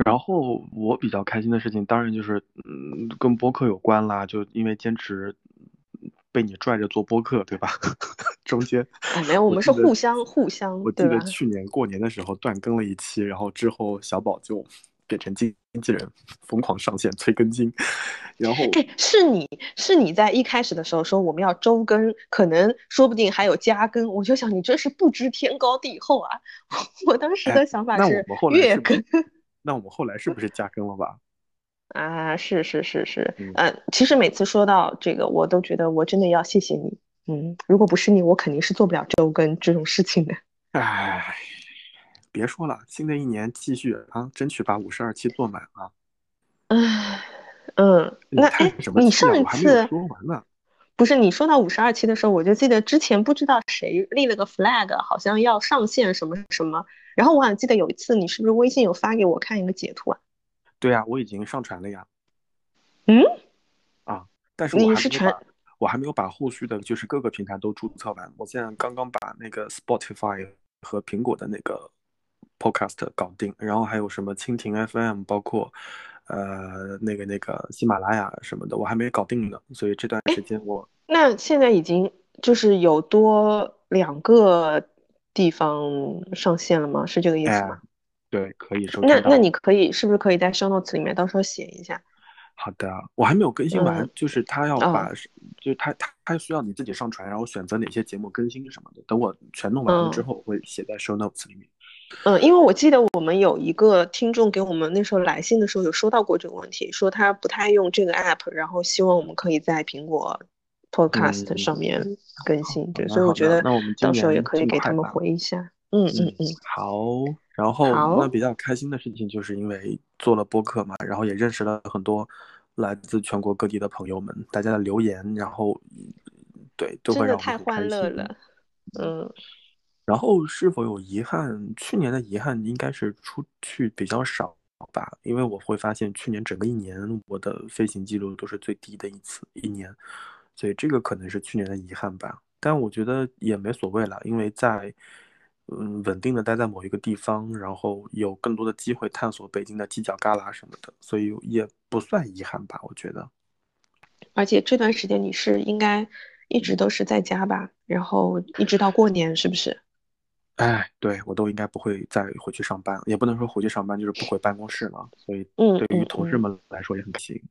然后我比较开心的事情，当然就是跟播客有关啦，就因为坚持被你拽着做播客，对吧？中间哎，没有，我们是我记得互相， 我记对吧？ 得去年过年的时候断更了一期，然后之后小宝就变成经纪人，疯狂上线催更新，然后哎，是你在一开始的时候说我们要周更，可能说不定还有加更，我就想你这是不知天高地厚啊！我当时哎， 的想法是那我们后来是不是月更。 那我们后来是不是加更了吧？ 啊，是， 嗯， 其实每次说到这个，我都觉得我真的要谢谢你。如果不是你，我肯定是做不了周更这种事情的。 哎，别说了，新的一年继续啊，争取把52期做满啊！ 唉， 你那你上叹什么气啊？我还没有一次说完呢。 不是你说到52期的时候，我就记得之前不知道谁立了个 flag，好像要上线什么什么，然后我好像记得有一次你是不是微信有发给我看一个截图啊？ 对呀，我已经上传了呀。 嗯， 啊，但是你是传我还没有把后续的就是各个平台都注册完。我现在刚刚把那个 Spotify 和苹果的那个 Podcast 搞定，然后还有什么蜻蜓 FM，包括那个喜马拉雅什么的，我还没搞定呢。所以这段时间我那现在已经就是有多2个地方上线了吗？是这个意思哎， 吗？ 对，可以收听到了。 那你是不是可以在 show notes 里面到时候写一下？ 好的，我还没有更新完， 嗯， 就是他要把， 哦， 就是他需要你自己上传，然后选择哪些节目更新什么的。等我全弄完了之嗯后，我会写在 show notes 里面。 因为我记得我们有一个听众给我们那时候来信的时候有说到过这个问题，说他不太用这个 app，然后希望我们可以在苹果 podcast 上嗯， 面更新。对， 好的，好的， 所以我觉得那我们今到时候也年可以给他们尽快吧。 回一下。嗯， 好。然后那好。 比较开心的事情，就是因为做了播客嘛，然后也认识了很多来自全国各地的朋友们，大家的留言，然后对，都会真的让我们太欢很开心。 乐了。嗯然后是否有遗憾？去年的遗憾应该是出去比较少吧，因为我会发现去年整个一年我的飞行记录都是最低的一年，所以这个可能是去年的遗憾吧。但我觉得也没所谓了，因为在稳定的待在某一个地方，然后有更多的机会探索北京的犄角旮旯什么的，所以也不算遗憾吧，我觉得。 而且这段时间你是应该一直都是在家吧，然后一直到过年是不是？ 哎，对，我都应该不会再回去上班了，也不能说回去上班，就是不回办公室了，所以嗯对于嗯嗯。 同事们来说也很开心。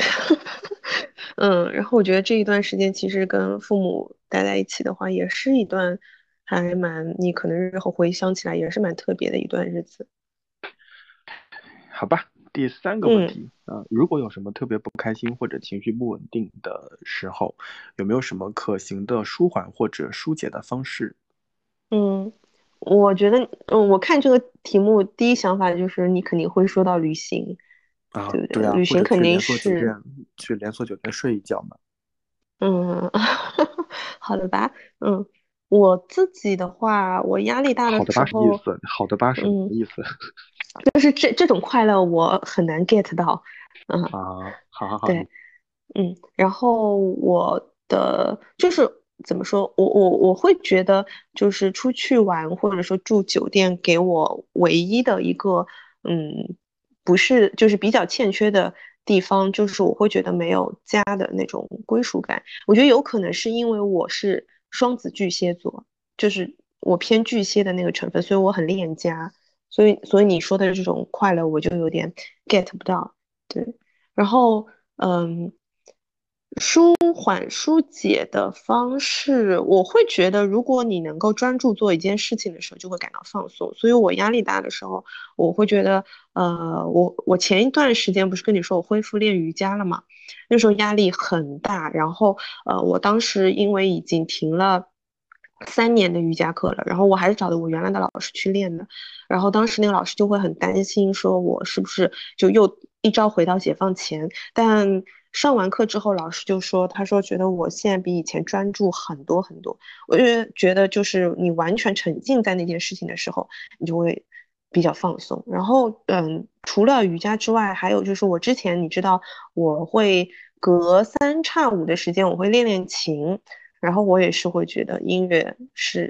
然后我觉得这一段时间其实跟父母待在一起的话，也是一段还蛮，你可能日后回想起来也是蛮特别的一段日子。 好吧，第三个问嗯题如果有什么特别不开心或者情绪不稳定的时候，有没有什么可行的舒缓或者疏解的方式嗯，我觉得，我看这个题目第一想法就是你肯定会说到旅行， 啊？ 对不对？ 对啊， 旅或者行肯定是， 去连锁酒店睡一觉嘛？ 嗯，好的吧，我自己的话，我压力大的好的吧， 时候， 什么意思？好的吧，什么嗯， 意思？ 就是这种快乐我很难 get 到，嗯， 啊，好好好， 对，然后我的就是怎么说，我会觉得就是出去玩或者说住酒店给我唯一的一个不是就是比较欠缺的地方，就是我会觉得没有家的那种归属感。我觉得有可能是因为我是双子巨蟹座，就是我偏巨蟹的那个成分，所以我很恋家。所以你说的这种快乐，我就有点 get 不到。对，然后嗯，舒缓疏解的方式，我会觉得，如果你能够专注做一件事情的时候，就会感到放松。所以我压力大的时候，我会觉得，我前一段时间不是跟你说我恢复练瑜伽了嘛？那时候压力很大，然后我当时因为已经停了3年的瑜伽课了，然后我还是找的我原来的老师去练的，然后当时那个老师就会很担心，说我是不是就又一朝回到解放前。但上完课之后，老师就说，他说觉得我现在比以前专注很多很多。我就觉得就是你完全沉浸在那件事情的时候，你就会比较放松。然后除了瑜伽之外，还有就是我之前你知道我会隔3差5的时间我会练琴，然后我也是会觉得音乐是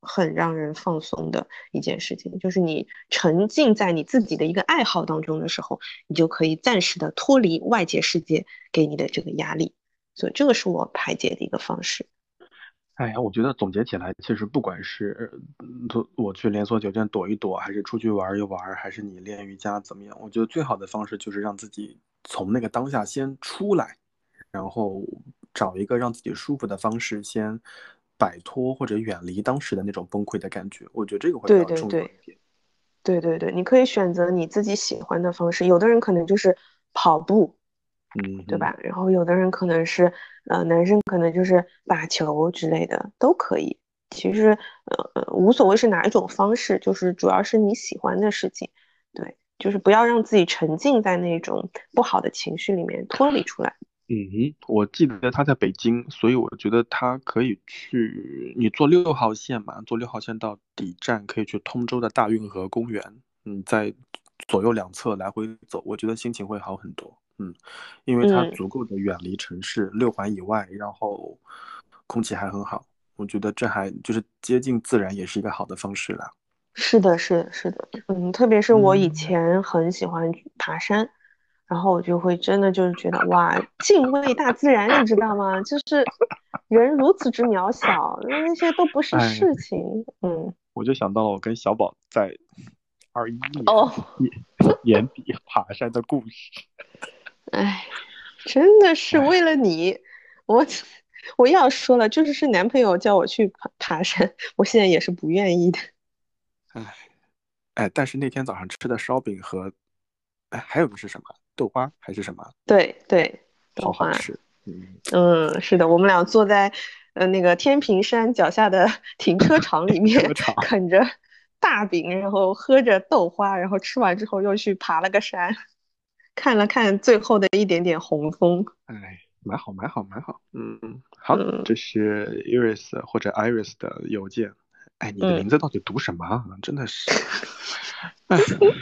很让人放松的一件事情，就是你沉浸在你自己的一个爱好当中的时候，你就可以暂时的脱离外界世界给你的这个压力，所以这个是我排解的一个方式。 哎呀，我觉得总结起来，其实不管是我去连锁酒店躲一躲，还是出去玩一玩，还是你练瑜伽怎么样，我觉得最好的方式就是让自己从那个当下先出来，然后找一个让自己舒服的方式，先摆脱或者远离当时的那种崩溃的感觉。我觉得这个会比较对对对重要一点。 对对对，你可以选择你自己喜欢的方式，有的人可能就是跑步， 嗯哼。 对吧？然后有的人可能是男生可能就是打球之类的，都可以。其实无所谓是哪一种方式，就是主要是你喜欢的事情。对，就是不要让自己沉浸在那种不好的情绪里面脱离出来。 嗯哼，我记得他在北京，所以我觉得他可以去，你坐6号线嘛，坐6号线到底站，可以去通州的大运河公园，在左右两侧来回走，我觉得心情会好很多。因为它嗯， 足够的远离城市6环以外，然后空气还很好，我觉得这还就是接近自然，也是一个好的方式啦。 是的，是的，是的，特别是我以嗯， 前很喜欢爬山，然后我就会真的就是觉得哇，敬畏大自然，你知道吗？就是人如此之渺小，那些都不是哎， 事情。 我就想到了我跟小宝在21年哦， 年底爬山的故事。 哎，真的是为哎了你，我我要说了，就是男朋友叫我去爬山，我现在也是不愿意的。 哎哎，但是那天早上吃的烧饼和，哎，还有个是什么？豆花还是什么？ 对对，豆花。 好好吃。嗯， 是的，我们俩坐在那个天平山脚下的停车场里面， 停车场。 啃着大饼，然后喝着豆花，然后吃完之后又去爬了个山，看了看最后的一点点红枫。 哎，蛮好，蛮好，蛮好。好， 嗯这是 Iris 或者 Iris 的邮件。哎，你的嗯， 名字到底读什么啊？真的是。哎，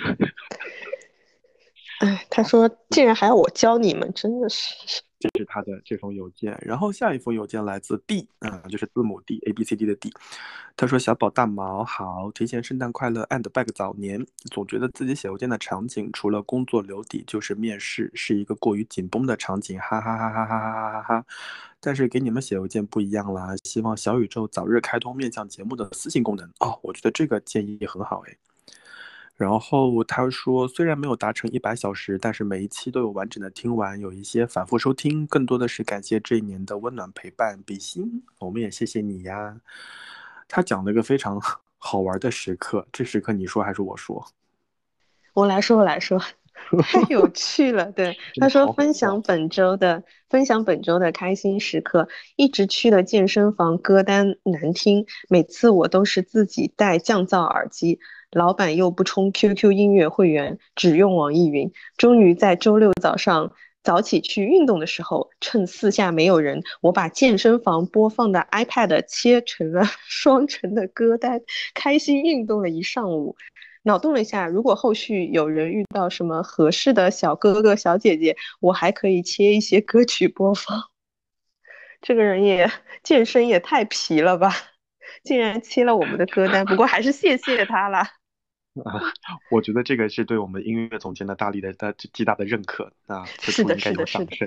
哎，他好。 说竟然还要我教你们，真的是。 这是他的这封邮件，然后下一封邮件来自 D，就是字母 D A B C D 的 D。他说：“小宝大毛好，提前圣诞快乐 and 拜个早年。总觉得自己写邮件的场景，除了工作留底，就是面试，是一个过于紧绷的场景，哈哈哈哈哈哈哈哈哈。但是给你们写邮件不一样啦，希望小宇宙早日开通面向节目的私信功能。哦，我觉得这个建议很好哎。”然后他说，虽然没有达成100小时，但是每一期都有完整的听完，有一些反复收听，更多的是感谢这一年的温暖陪伴，比心。我们也谢谢你呀。他讲了一个非常好玩的时刻，这时刻你说还是我说？ 我来说，我来说，太有趣了。对，他说真的好好笑。 分享本周的开心时刻，一直去的健身房歌单难听，每次我都是自己带降噪耳机，老板又不充 QQ 音乐会员，只用网易云。终于在周六早上早起去运动的时候，趁四下没有人，我把健身房播放的 iPad 切成了双层的歌单，开心运动了一上午。脑洞了一下，如果后续有人遇到什么合适的小哥哥小姐姐，我还可以切一些歌曲播放。这个人也健身也太皮了吧，竟然切了我们的歌单，不过还是谢谢他啦。 我觉得这个是对我们音乐总监的极大的认可啊，此是的， 处应该是的，是的。 有掌声。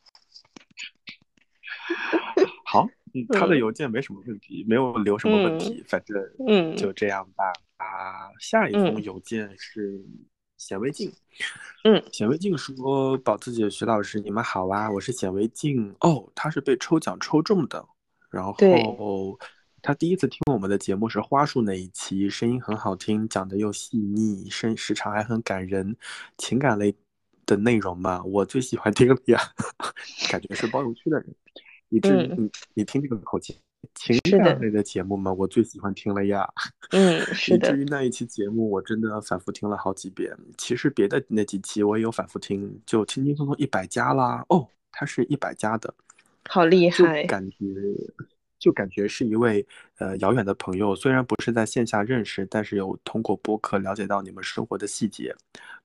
好，他的嗯邮件没什么问题，没有留什么问嗯题，反正嗯就这样吧。下一封嗯邮件是显微镜。 嗯， 显微镜说：“宝自己的徐老师，你们好啊，我是显微镜。哦，他是被抽奖抽中的。然对， 后他第一次听我们的节目是花束那一期，声音很好听，讲的又细腻，时长还很感人，情感类的内容嘛，我最喜欢听了呀。感觉是包邮区的人。以至于嗯， 你听这个口气，情是的， 感类的节目嘛，我最喜欢听了呀。 是的， 以至于那一期节目我真的反复听了好几遍。其实别的那几期我也有反复听，就轻轻松松100加啦。哦，它是100加的， 好厉就害。 感觉就感觉是一位遥远的朋友，虽然不是在线下认识，但是有通过播客了解到你们生活的细节。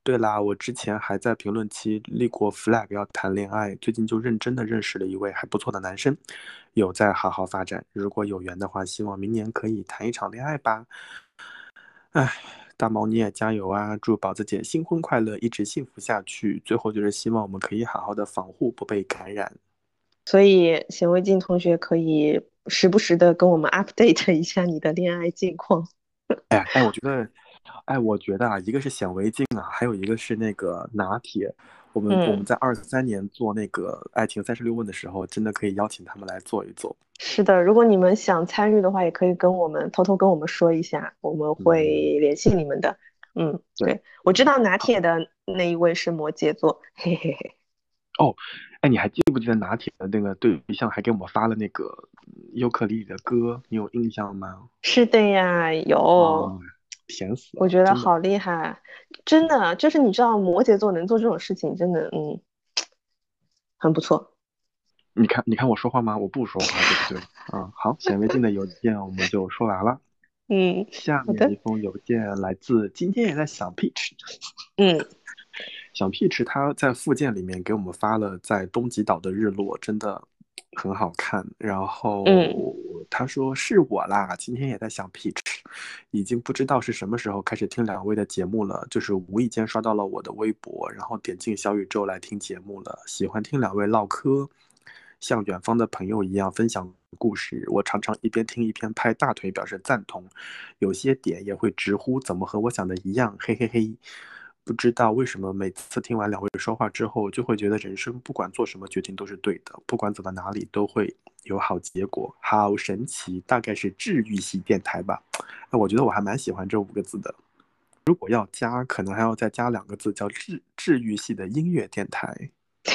对啦，我之前还在评论区立过 flag 要谈恋爱，最近就认真的认识了一位还不错的男生，有在好好发展。如果有缘的话，希望明年可以谈一场恋爱吧。哎，大毛你也加油啊！祝宝子姐新婚快乐，一直幸福下去。最后就是希望我们可以好好的防护，不被感染。 所以显微镜同学可以时不时的跟我们 update 一下你的恋爱近况。 哎，我觉得啊，一个是显微镜啊，还有一个是那个拿铁。我们在23年做那个爱情36问的时候，真的可以邀请他们来做一做。 是的，如果你们想参与的话，也可以跟我们偷偷跟我们说一下，我们会联系你们的。对，我知道拿铁的那一位是摩羯座，嘿嘿嘿。 哦，哎，你还记不记得拿铁的那个对象还给我们发了那个尤克里里的歌，你有印象吗？ 是的呀，有， 甜死了， 我觉得真的。 好厉害，真的就是你知道摩羯座能做这种事情，真的很不错。 你看我说话吗？我不说话，对不对？好，显微镜的邮件我们就说完了。下好的， 面一封邮件来自今天也在想 Peach。小 Peach 他在附件里面给我们发了在东极岛的日落，真的很好看。然后他说是我啦，今天也在想 Peach，已经不知道是什么时候开始听两位的节目了，就是无意间刷到了我的微博，然后点进小宇宙来听节目了。喜欢听两位唠嗑，像远方的朋友一样分享故事。我常常一边听一边拍大腿表示赞同，有些点也会直呼怎么和我想的一样，嘿嘿嘿。不知道为什么每次听完两位说话之后，就会觉得人生不管做什么决定都是对的，不管走到哪里都会有好结果，好神奇，大概是治愈系电台吧。我觉得我还蛮喜欢这5个字的。如果要加，可能还要再加2个字，叫治愈系的音乐电台。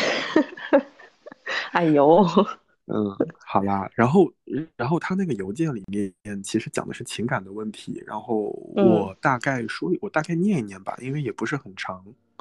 哎呦， 好啦，然后他那个邮件里面其实讲的是情感的问题，然后我大概念一念吧，因为也不是很长。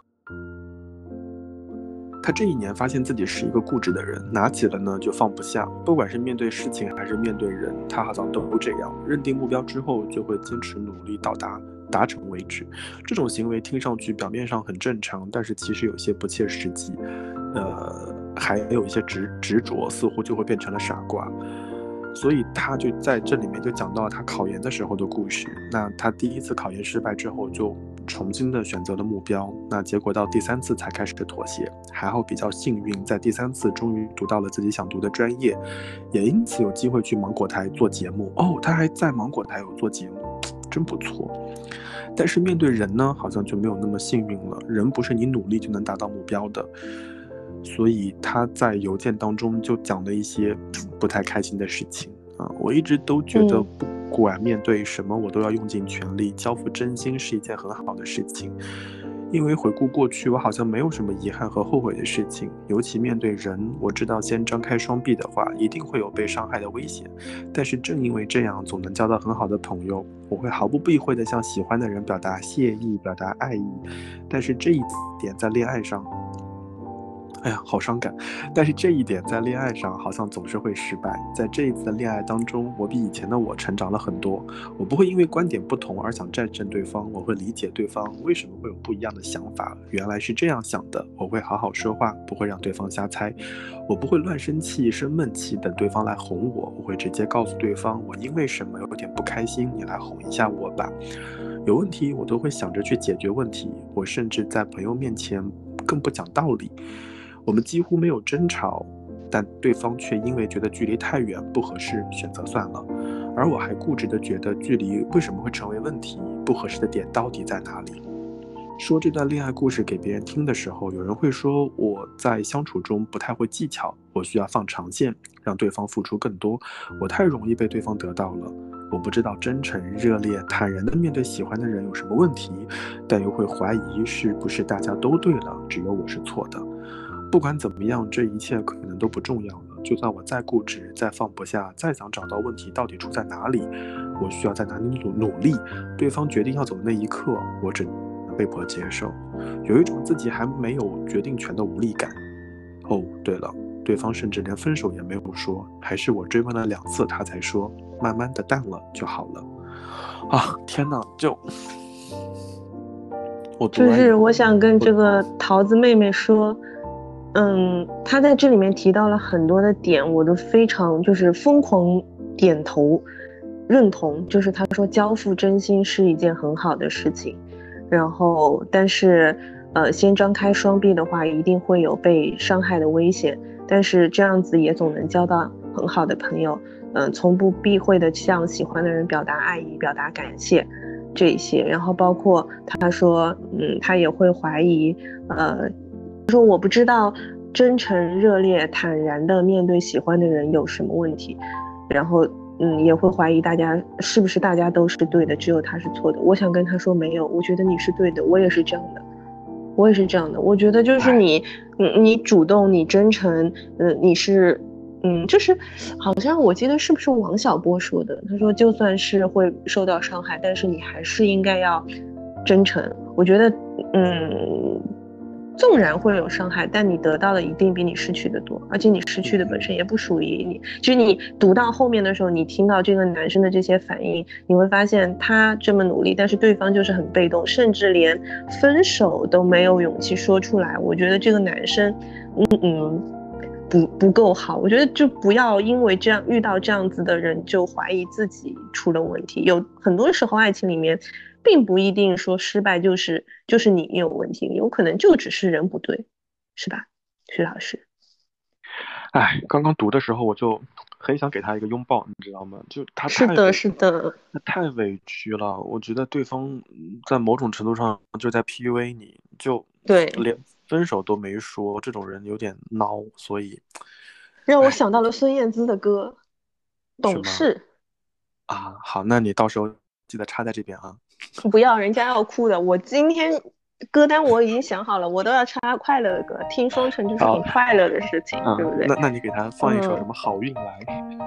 他这一年发现自己是一个固执的人，拿起了呢就放不下，不管是面对事情还是面对人，他好像都这样。认定目标之后，就会坚持努力达成为止。这种行为听上去表面上很正常，但是其实有些不切实际，还有一些执着，似乎就会变成了傻瓜。所以他就在这里面就讲到他考研的时候的故事。那他第1次考研失败之后，就重新的选择了目标，那结果到第3次才开始妥协，还好比较幸运，在第3次终于读到了自己想读的专业，也因此有机会去芒果台做节目。他还在芒果台有做节目，真不错。但是面对人呢，好像就没有那么幸运了，人不是你努力就能达到目标的。所以他在邮件当中就讲了一些不太开心的事情我一直都觉得不管面对什么我都要用尽全力，交付真心是一件很好的事情。因为回顾过去，我好像没有什么遗憾和后悔的事情，尤其面对人，我知道先张开双臂的话，一定会有被伤害的危险。但是正因为这样，总能交到很好的朋友，我会毫不避讳地向喜欢的人表达谢意，表达爱意。但是这一点在恋爱上，哎呀，好伤感。但是这一点在恋爱上好像总是会失败。在这一次的恋爱当中，我比以前的我成长了很多。我不会因为观点不同而想战胜对方，我会理解对方为什么会有不一样的想法，原来是这样想的。我会好好说话，不会让对方瞎猜。我不会乱生气、生闷气等对方来哄我，我会直接告诉对方我因为什么有点不开心，你来哄一下我吧。有问题我都会想着去解决问题，我甚至在朋友面前更不讲道理。我们几乎没有争吵，但对方却因为觉得距离太远不合适，选择算了。而我还固执地觉得距离为什么会成为问题，不合适的点到底在哪里。说这段恋爱故事给别人听的时候，有人会说我在相处中不太会技巧，我需要放长线，让对方付出更多，我太容易被对方得到了。我不知道真诚、热烈、坦然地面对喜欢的人有什么问题，但又会怀疑是不是大家都对了，只有我是错的。不管怎么样，这一切可能都不重要了。就算我再固执，再放不下，再想找到问题到底出在哪里，我需要在哪里努力，对方决定要走的那一刻，我只能被迫接受，有一种自己还没有决定权的无力感。对了，对方甚至连分手也没有说，还是我追问了2次他才说，慢慢的淡了就好了。天哪， 就是我想跟这个桃子妹妹说，她在这里面提到了很多的点，我都非常就是疯狂点头认同。就是她说交付真心是一件很好的事情，然后但是先张开双臂的话，一定会有被伤害的危险，但是这样子也总能交到很好的朋友。从不避讳的向喜欢的人表达爱意，表达感谢，这一些。然后包括他说，他也会怀疑，说我不知道真诚、热烈、坦然的面对喜欢的人有什么问题，然后也会怀疑大家是不是大家都是对的，只有他是错的。我想跟他说没有，我觉得你是对的，我也是这样的。我觉得就是你主动，你真诚，你是。就是好像我记得是不是王小波说的，他说就算是会受到伤害，但是你还是应该要真诚。我觉得纵然会有伤害，但你得到的一定比你失去的多，而且你失去的本身也不属于你。就是你读到后面的时候，你听到这个男生的这些反应，你会发现他这么努力，但是对方就是很被动，甚至连分手都没有勇气说出来。我觉得这个男生不够好，我觉得就不要因为这样遇到这样子的人就怀疑自己出了问题。有很多时候爱情里面并不一定说失败就是你有问题，有可能就只是人不对，是吧，徐老师？ 刚刚读的时候我就很想给他一个拥抱，你知道吗？就他是的， 他太委屈了。我觉得对方在某种程度上就在 PUA 你，就对， 连分手都没说，这种人有点孬，所以让我想到了孙燕姿的歌《懂事》 啊。好，那你到时候记得插在这边啊。 不要，人家要哭的。我今天歌单我已经想好了，我都要插快乐的歌，听双城就是很快乐的事情，对不对？ 那你给他放一首什么好运来？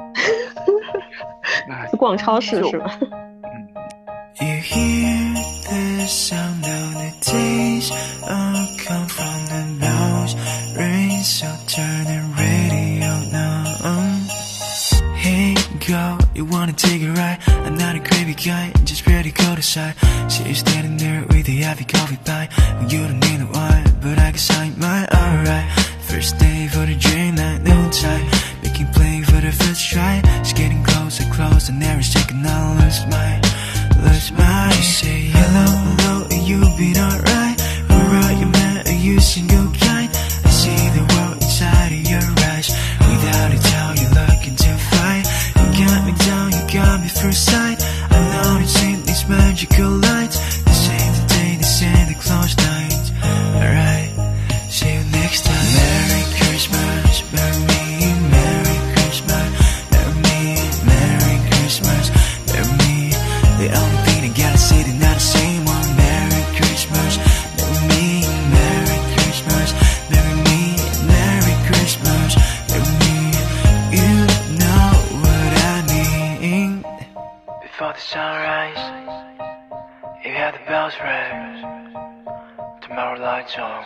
逛超市是吧 ？You hear the sound of the days come from the nose rain, so turn the radio now. Hey girl, you wanna take a ride? I'm not a crazy guy, just ready to go to side. See you standing there with a heavy coffee pie. Well, you don't need a wine, but I can sign my alright. First day for the dream night, no time. Making play for the first try. It's getting closer, closer, never shaking, I'll lose my. You say hello, you've been alright. Where are you, man? Are you single kind? I see the world inside of your eyes. Without a doubt, you're looking to fight. You got me down, you got me first sight. I know it's in these magical lights. This ain't the day, this ain't the close night. Alright, see you next time. Merry Christmas, marry me. Merry Christmas, marry me. Merry Christmas, marry me. The only thing I gotta say, they're not the same one. Merry Christmas, marry me. Merry Christmas, marry me. Merry Christmas, marry me. You know what I mean. Before the sunrise, you hear the bells ring. Tomorrow lights on,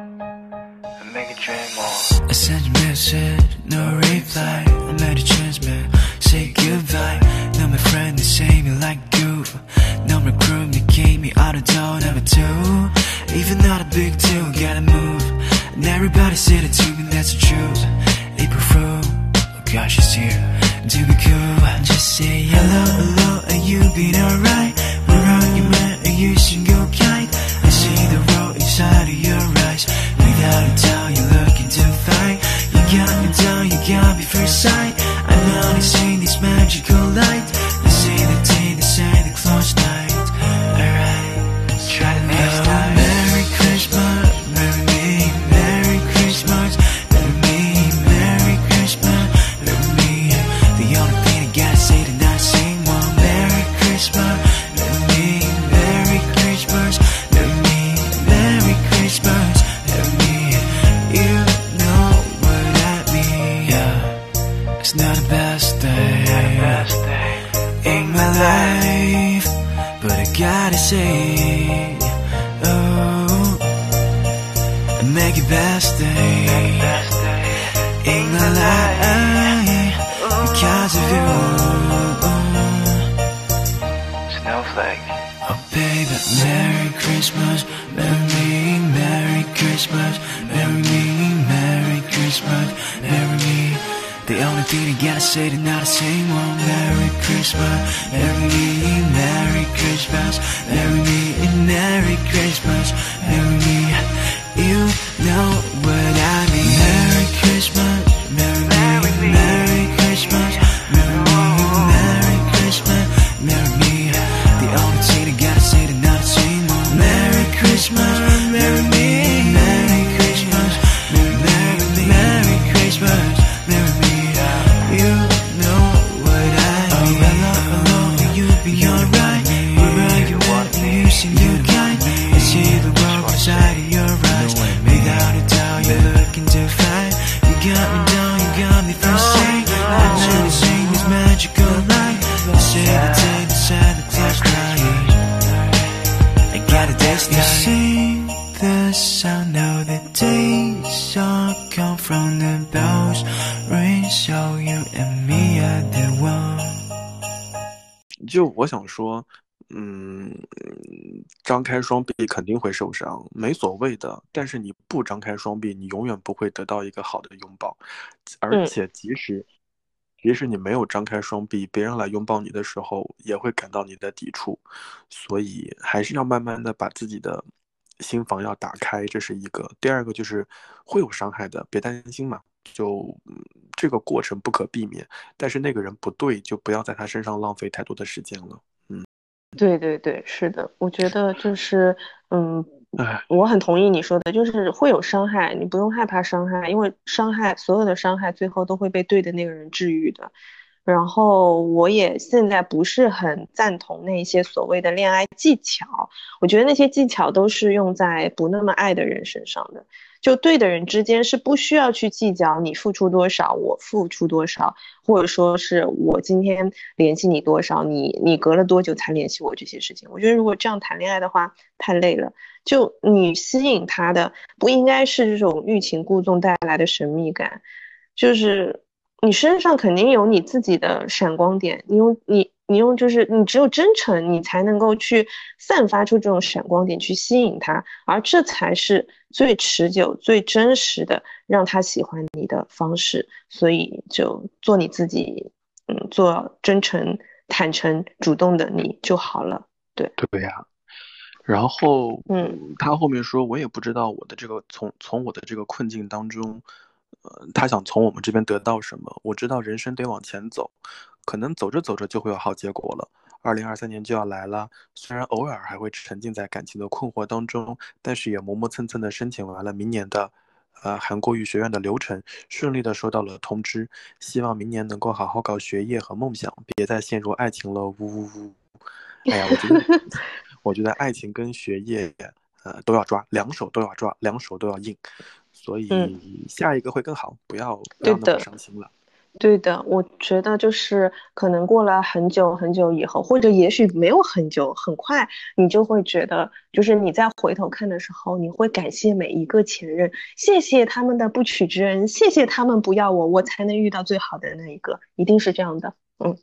and make a dream on. I send you a message, no reply. I made a transmit, say goodbye. Now my friend, they say me like you. Now my crew, they gave me out of town, never do. Even not a big deal, gotta move. And everybody said it to me, that's the truth. April Fool, oh gosh, she's here. Do be cool, just say hello, and you been alright. Where are you, man? Are you single kind? I see the world inside of your eyes. Without a doubt, you're looking to fight. You got me down, you got me first sight. I know they say this magical light. They say the day, they say the close night. Alright, try the next time. Merry Christmas, marry me. Merry Christmas, marry me. Merry Christmas, marry me. The only thing I gotta say tonight, sing one. Merry Christmas, marry me. Merry Christmas, marry me. Merry Christmas, marry me. You know what I mean. Yeah, it's not the best day in my life, but I gotta say, oh, make it best day in my life because of you. Snowflake. baby. Merry Christmas, marry me. Merry Christmas, marry me. Merry Christmas, marry me. The only thing I gotta say tonight is sing one. Merry Christmas, marry me. Merry Christmas, marry me. Merry Christmas, marry me. You know what I mean. Merry Christmas, marry me. Merry Christmas, marry me. Merry Christmas, marry me. The only thing I gotta say tonight is sing one. Merry Christmas, marry me. Merry Christmas, marry me. Merry Christmas, marry me. You know what I mean. Oh, hello, you'll be alright. Wherever you want, you seem you kind. I see the world inside of your eyes. Without a doubt, you're looking to find. You got me down, you got me frustrated. I'm really seeing this magical light. You say the day the Santa Claus night. I got a destiny. You sing the sound of the days all come from the bells ring. So you and me are the one. 就我想说，张开双臂肯定会受伤，没所谓的。但是你不张开双臂，你永远不会得到一个好的拥抱。而且即使你没有张开双臂，别人来拥抱你的时候，也会感到你的抵触。所以还是要慢慢的把自己的心房要打开，这是一个。第二个就是会有伤害的，别担心嘛。就这个过程不可避免，但是那个人不对，就不要在他身上浪费太多的时间了。 对对对，是的，我觉得就是，我很同意你说的，就是会有伤害，你不用害怕伤害，因为所有的伤害最后都会被对的那个人治愈的。然后我也现在不是很赞同那些所谓的恋爱技巧，我觉得那些技巧都是用在不那么爱的人身上的。就对的人之间是不需要去计较你付出多少，我付出多少，或者说是我今天联系你多少，你隔了多久才联系我这些事情。我觉得如果这样谈恋爱的话，太累了。就你吸引他的不应该是这种欲擒故纵带来的神秘感，就是你身上肯定有你自己的闪光点，就是你只有真诚，你才能够去散发出这种闪光点去吸引他，而这才是最持久、最真实的让他喜欢你的方式。所以就做你自己，做真诚、坦诚、主动的你就好了。对呀。然后，他后面说，我也不知道我的这个从我的这个困境当中，他想从我们这边得到什么。我知道人生得往前走，可能走着走着就会有好结果了。2023年就要来了，虽然偶尔还会沉浸在感情的困惑当中，但是也磨磨蹭蹭的申请完了明年的韩国语学院的流程，顺利的收到了通知，希望明年能够好好搞学业和梦想，别再陷入爱情了，呜呜呜。哎呀，我觉得爱情跟学业都要抓，两手都要抓，两手都要硬，所以下一个会更好，不要那么伤心了。 对的，我觉得就是可能过了很久很久以后，或者也许没有很久，很快你就会觉得，就是你再回头看的时候，你会感谢每一个前任，谢谢他们的不娶之恩，谢谢他们不要我才能遇到最好的那一个，一定是这样的。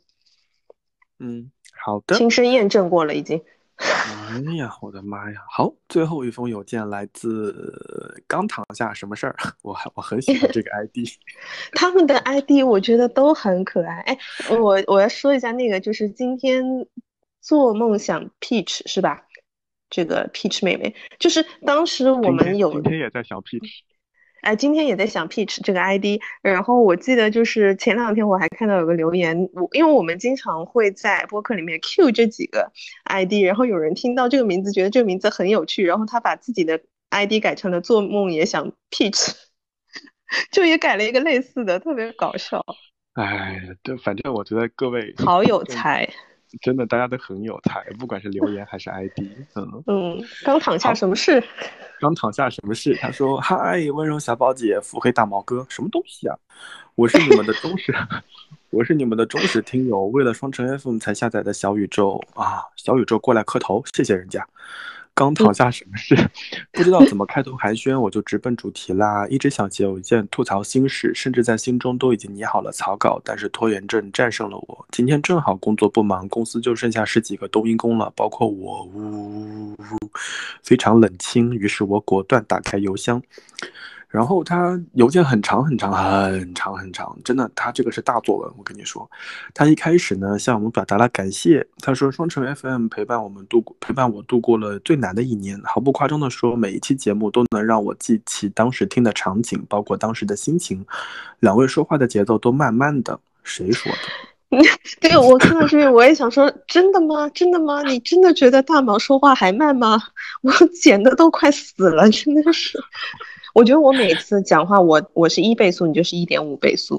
好的， 亲身验证过了已经。 哎呀，我的妈呀！好，最后一封邮件来自刚躺下什么事儿？我很喜欢这个 ID， 他们的 ID 我觉得都很可爱。哎，我要说一下那个，就是今天做梦想 Peach 是吧？这个 Peach 妹妹，就是当时我们今天也在想 Peach。 今天也在想 Peach 这个 ID， 然后我记得就是前2天我还看到有个留言，因为我们经常会在播客里面 Q 这几个 ID， 然后有人听到这个名字觉得这个名字很有趣，然后他把自己的 ID 改成了做梦也想 Peach， 就也改了一个类似的，特别搞笑。 哎，对，反正我觉得各位好有才。 真的大家都很有才，不管是留言还是 ID。 刚躺下什么事？ 刚躺下什么事？他说：“嗨，温柔小宝姐，腹黑大毛哥，什么东西啊？我是你们的忠实听友，为了双城 FM 才下载的小宇宙啊，小宇宙过来磕头，谢谢人家。 刚躺下什么事？不知道怎么开头寒暄，我就直奔主题啦。一直想写邮件吐槽心事，甚至在心中都已经拟好了草稿，但是拖延症战胜了我。今天正好工作不忙，公司就剩下10几个冬阴功了，包括我，呜，非常冷清。于是我果断打开邮箱。然后他邮件很长很长很长很长，真的，他这个是大作文。我跟你说，他一开始呢向我们表达了感谢，他说双城 FM 陪伴我度过了最难的一年，毫不夸张的说，每一期节目都能让我记起当时听的场景，包括当时的心情。两位说话的节奏都慢慢的，谁说的？ 对，我看到这边我也想说，真的吗？真的吗？你真的觉得大毛说话还慢吗？我剪的都快死了，真的是。我觉得我每次讲话，我是1倍速，你就是1.5倍速。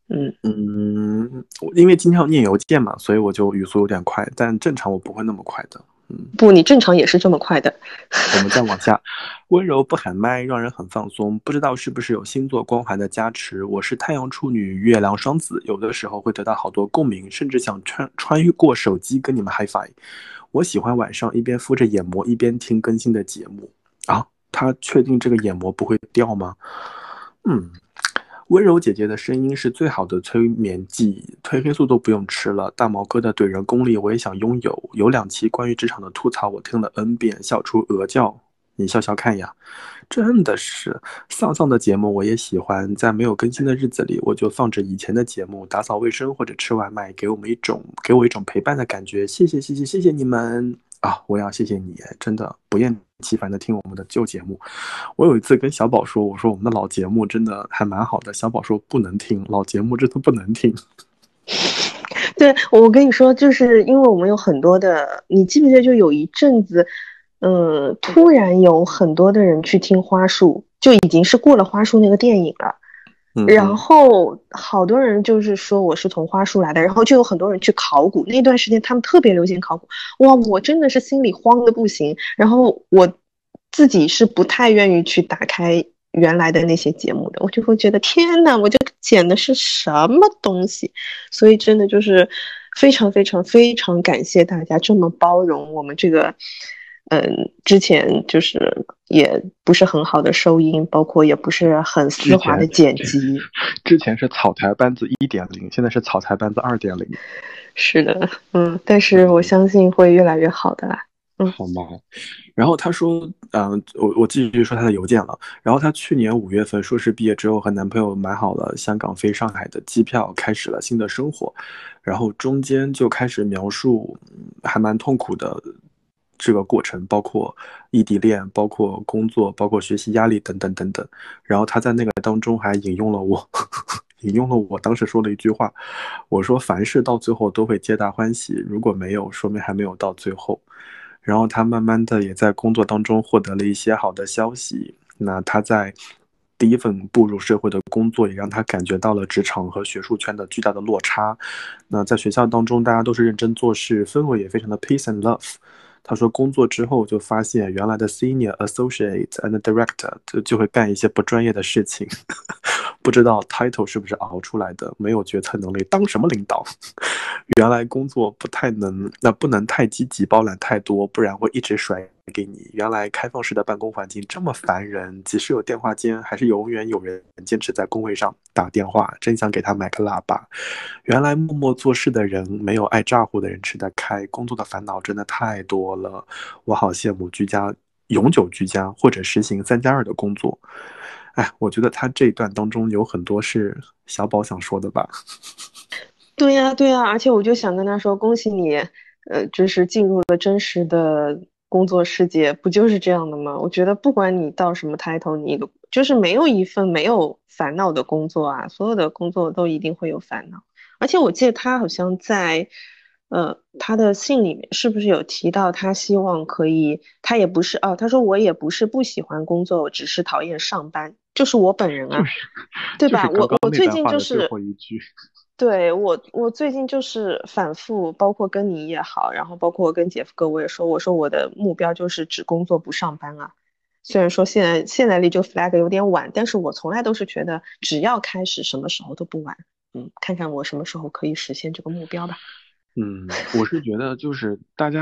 因为今天要念邮件嘛，所以我就语速有点快，但正常我不会那么快的。 不，你正常也是这么快的。 我们再往下，温柔不喊麦，让人很放松。不知道是不是有星座光环的加持，我是太阳处女、月亮双子，有的时候会得到好多共鸣，甚至想穿越过手机跟你们 high five。我喜欢晚上一边敷着眼膜一边听更新的节目啊。他确定这个眼膜不会掉吗？温柔姐姐的声音是最好的催眠剂，褪黑素都不用吃了。大毛哥的怼人功力我也想拥有。有2期关于职场的吐槽，我听了 N 遍，笑出鹅叫。你笑笑看呀，真的是丧丧的节目我也喜欢。在没有更新的日子里，我就放着以前的节目打扫卫生或者吃外卖，给我一种陪伴的感觉。谢谢你们啊！我要谢谢你，真的不厌其烦的听我们的旧节目。我有一次跟小宝说，我说我们的老节目真的还蛮好的，小宝说不能听，老节目真的不能听。 对，我跟你说，就是因为我们有很多的，你记不记得就有一阵子，突然有很多的人去听花束，就已经是过了花束那个电影了。然后好多人就是说我是从花束来的，然后就有很多人去考古。那段时间他们特别流行考古，哇，我真的是心里慌的不行。然后我自己是不太愿意去打开原来的那些节目的，我就会觉得天哪，我这剪的是什么东西？所以真的就是非常非常非常感谢大家这么包容我们这个。之前就是也不是很好的收音，包括也不是很丝滑的剪辑。 之前是草台班子1.0，现在是草台班子2.0。 是的，但是我相信会越来越好的啦。 好吗？然后他说，我继续说他的邮件了。然后他去年5月份硕士毕业之后，和男朋友买好了香港飞上海的机票，开始了新的生活。然后中间就开始描述，还蛮痛苦的。这个过程包括异地恋，包括工作，包括学习压力等等等等。然后他在那个当中还引用了我当时说的一句话，我说凡事到最后都会皆大欢喜，如果没有，说明还没有到最后。然后他慢慢的也在工作当中获得了一些好的消息。那他在第一份步入社会的工作也让他感觉到了职场和学术圈的巨大的落差。那在学校当中大家都是认真做事，氛围也非常的 peace and love。他说工作之后就发现原来的 senior associate and director 就会干一些不专业的事情。不知道 title 是不是熬出来的，没有决策能力当什么领导。原来工作不能太积极包揽太多，不然会一直甩给你。原来开放式的办公环境这么烦人，即使有电话间还是永远有人坚持在工位上打电话，真想给他买个喇叭。原来默默做事的人没有爱咋呼的人吃得开，工作的烦恼真的太多了。我好羡慕永久居家或者实行3+2的工作。我觉得他这一段当中有很多是小宝想说的吧。 对呀，而且我就想跟他说，恭喜你，就是进入了真实的工作世界，不就是这样的吗？我觉得不管你到什么 title，你就是没有一份没有烦恼的工作啊，所有的工作都一定会有烦恼。而且我记得他好像在他的信里面是不是有提到他希望可以，他也不是他说我也不是不喜欢工作，我只是讨厌上班，就是我本人啊，对吧？我最近就是对我最近就是反复，包括跟你也好，然后包括跟姐夫哥我也说，我说我的目标就是只工作不上班啊。虽然说现在立这个 flag 有点晚，但是我从来都是觉得只要开始，什么时候都不晚。看看我什么时候可以实现这个目标吧。 我是觉得就是大家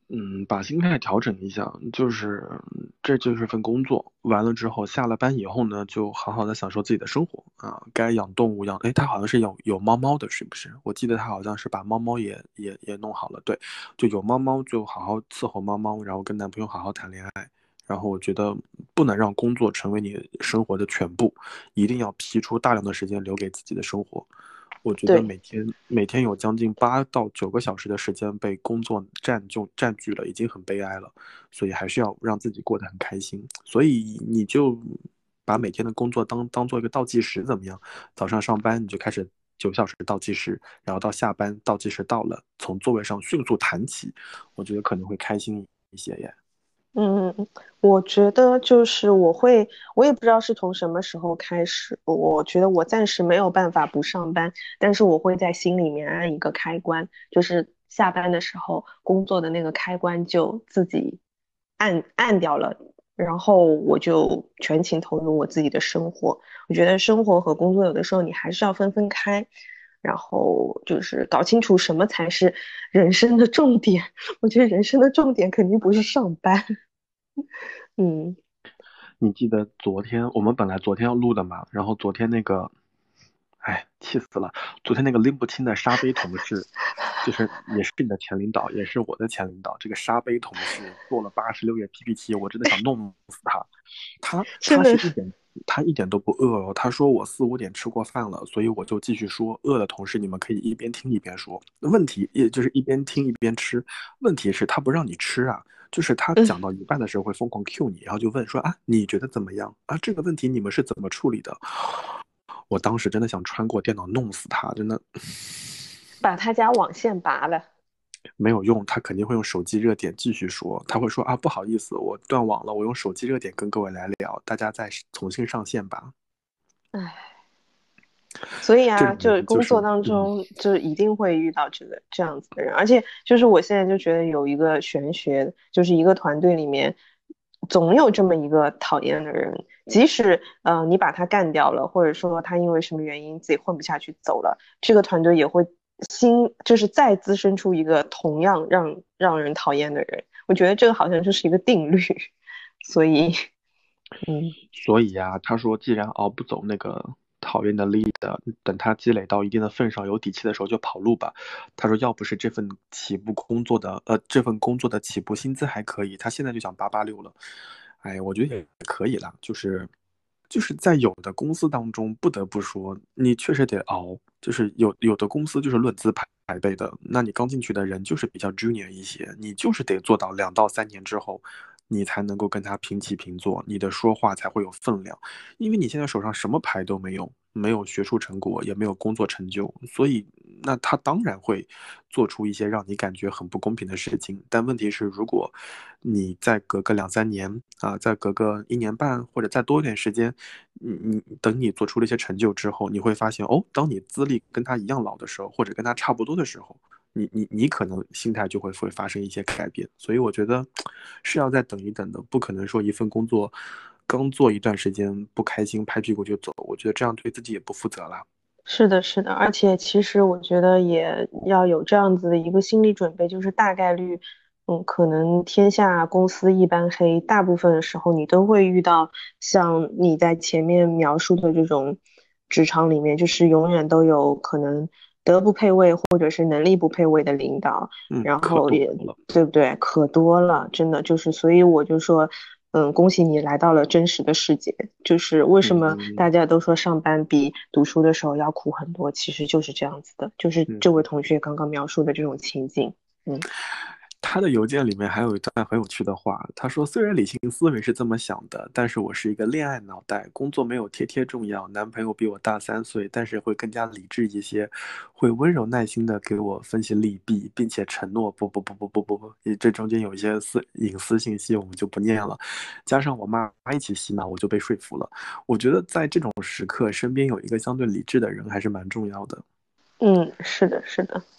把心态调整一下，这就是份工作，完了之后下了班以后呢，就好好的享受自己的生活啊。该养动物哎，他好像是有猫猫的，是不是？我记得他好像是把猫猫也弄好了，对，就有猫猫就好好伺候猫猫，然后跟男朋友好好谈恋爱。然后我觉得不能让工作成为你生活的全部，一定要批出大量的时间留给自己的生活。我觉得每天有将近8到9个小时的时间被工作占据了，已经很悲哀了。所以还是要让自己过得很开心。所以你就把每天的工作当做一个倒计时，怎么样？早上上班你就开始9小时倒计时，然后到下班倒计时到了，从座位上迅速弹起，我觉得可能会开心一些耶。 我觉得就是我也不知道是从什么时候开始，我觉得我暂时没有办法不上班，但是我会在心里面按一个开关，就是下班的时候工作的那个开关就自己按掉了，然后我就全情投入我自己的生活。我觉得生活和工作有的时候你还是要分开，然后就是搞清楚什么才是人生的重点。我觉得人生的重点肯定不是上班。嗯， 你记得我们本来昨天要录的嘛，然后昨天那个，哎，气死了！昨天那个拎不清的沙杯同事，也是你的前领导，也是我的前领导，这个沙杯同事做了86页 PPT，我真的想弄死他。他真的他一点都不饿哦。他说我4、5点吃过饭了，所以我就继续说。饿的同事你们可以一边听一边说。问题也就是一边听一边吃。问题是他不让你吃啊，就是他讲到一半的时候会疯狂 Q 你，然后就问说啊你觉得怎么样啊？这个问题你们是怎么处理的？我当时真的想穿过电脑弄死他，真的。 把他家网线拔了。 没有用，他肯定会用手机热点继续说，他会说啊，不好意思，我断网了，我用手机热点跟各位来聊，大家再重新上线吧。 唉，所以啊， 这种就是人就是， 工作当中就一定会遇到这样子的人，而且就是我现在就觉得有一个玄学，就是一个团队里面总有这么一个讨厌的人，即使你把他干掉了，或者说他因为什么原因自己混不下去走了，这个团队也会就是再滋生出一个同样让人讨厌的人。我觉得这个好像就是一个定律，所以所以呀，他说既然熬不走那个讨厌的 lead，等他积累到一定的份上，有底气的时候就跑路吧。他说要不是这份工作的起步薪资还可以，他现在就想886了。哎，我觉得也可以啦，就是在有的公司当中，不得不说，你确实得熬。就是有的公司就是论资排辈的，那你刚进去的人就是比较 junior 一些，你就是得做到2到3年之后，你才能够跟他平起平坐，你的说话才会有分量。因为你现在手上什么牌都没有，没有学术成果，也没有工作成就，所以那他当然会做出一些让你感觉很不公平的事情。但问题是，如果你再隔个2、3年啊，再隔个1年半或者再多一点时间，等你做出了一些成就之后，你会发现哦，当你资历跟他一样老的时候，或者跟他差不多的时候，你可能心态就会发生一些改变。所以我觉得是要再等一等的，不可能说一份工作刚做一段时间不开心拍屁股就走，我觉得这样对自己也不负责了。 是的，是的，而且其实我觉得也要有这样子的一个心理准备，就是大概率，可能天下公司一般黑，大部分的时候你都会遇到像你在前面描述的这种职场里面，就是永远都有可能德不配位或者是能力不配位的领导，然可多后也了。 对不对？可多了，真的就是，所以我就说。恭喜你来到了真实的世界。就是为什么嗯大家都说上班比读书的时候要苦很多，其实就是这样子的，就是这位嗯。 同学刚刚描述的这种情景。嗯他的邮件里面还有一段很有趣的话，他说：“虽然理性思维是这么想的，但是我是一个恋爱脑袋，工作没有贴贴重要。男朋友比我大3岁，但是会更加理智一些，会温柔耐心的给我分析利弊，并且承诺不，这中间有一些隐私信息我们就不念了。加上我妈一起洗脑，我就被说服了。我觉得在这种时刻，身边有一个相对理智的人还是蛮重要的。” 是的，是的。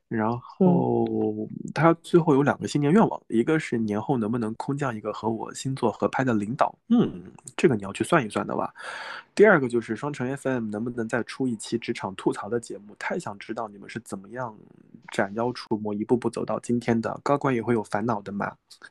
然后他最后有2个新年愿望，一个是年后能不能空降一个和我星座合拍的领导，这个你要去算一算的吧。第二个就是双城 FM 能不能再出一期职场吐槽的节目，太想知道你们是怎么样斩妖除魔，一步步走到今天的。高管也会有烦恼的嘛。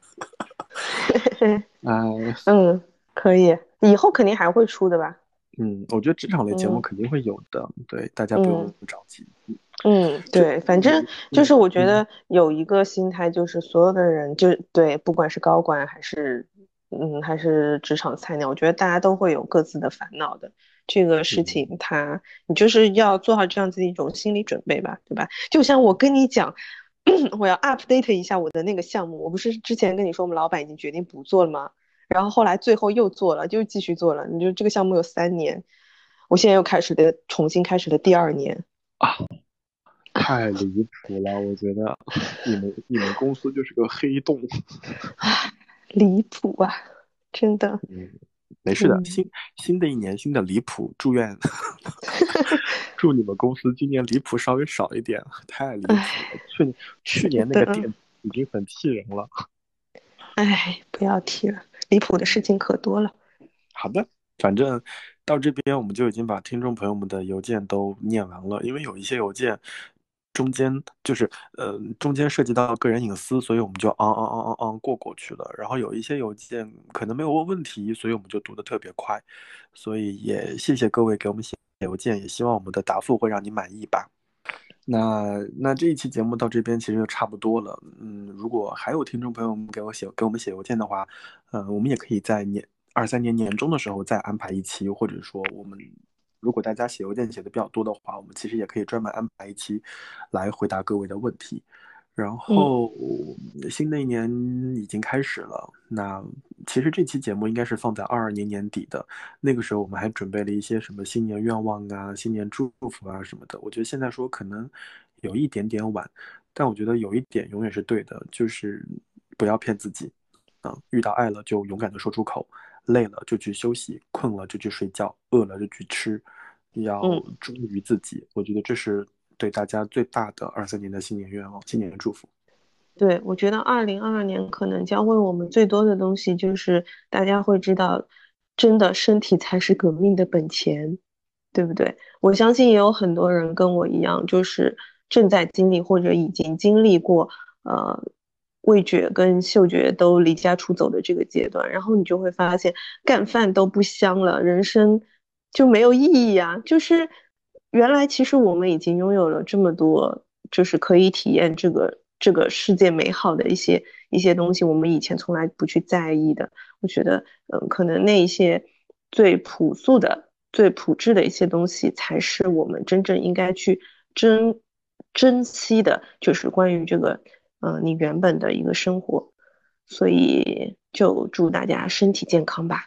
可以，以后肯定还会出的吧。 我觉得职场类节目肯定会有的，对，大家不用着急。 对，反正就是我觉得有一个心态，就是所有的人，就对，不管是高管还是职场菜鸟，我觉得大家都会有各自的烦恼的。这个事情你就是要做好这样子的一种心理准备吧，对吧？就像我跟你讲，我要 update 一下我的那个项目，我不是之前跟你说我们老板已经决定不做了吗？然后后来最后又做了，就继续做了。你就这个项目有3年，我现在又重新开始的第2年啊。太离谱了，我觉得你们公司就是个黑洞。 离谱啊，真的。 没事的，新的一年新的离谱，祝愿祝你们公司今年离谱稍微少一点，太离谱了。去年那个店已经很气人了。 不要提了，离谱的事情可多了。 好的，反正到这边我们就已经把听众朋友们的邮件都念完了，因为有一些邮件中间就是中间涉及到个人隐私，所以我们就过去了。然后有一些邮件可能没有问题，所以我们就读得特别快。所以也谢谢各位给我们写邮件，也希望我们的答复会让你满意吧。那这一期节目到这边其实就差不多了。如果还有听众朋友们给我们写邮件的话，我们也可以在23年年中的时候再安排一期，或者说我们如果大家写邮件写的比较多的话，我们其实也可以专门安排一期来回答各位的问题。然后新的一年已经开始了，那其实这期节目应该是放在22年年底的，那个时候我们还准备了一些什么新年愿望啊、新年祝福啊什么的。我觉得现在说可能有一点点晚，但我觉得有一点永远是对的，就是不要骗自己遇到爱了就勇敢的说出口，累了就去休息，困了就去睡觉，饿了就去吃，要忠于自己。我觉得这是对大家最大的23年的新年愿望、新年祝福。 对，我觉得2022年可能教会我们最多的东西就是大家会知道，真的身体才是革命的本钱，对不对？我相信也有很多人跟我一样，就是正在经历或者已经经历过味觉跟嗅觉都离家出走的这个阶段，然后你就会发现干饭都不香了，人生就没有意义啊！就是原来其实我们已经拥有了这么多，就是可以体验这个世界美好的一些东西，我们以前从来不去在意的。我觉得，可能那一些最朴素的、最朴质的一些东西，才是我们真正应该去珍惜的，就是关于这个，你原本的一个生活。所以就祝大家身体健康吧。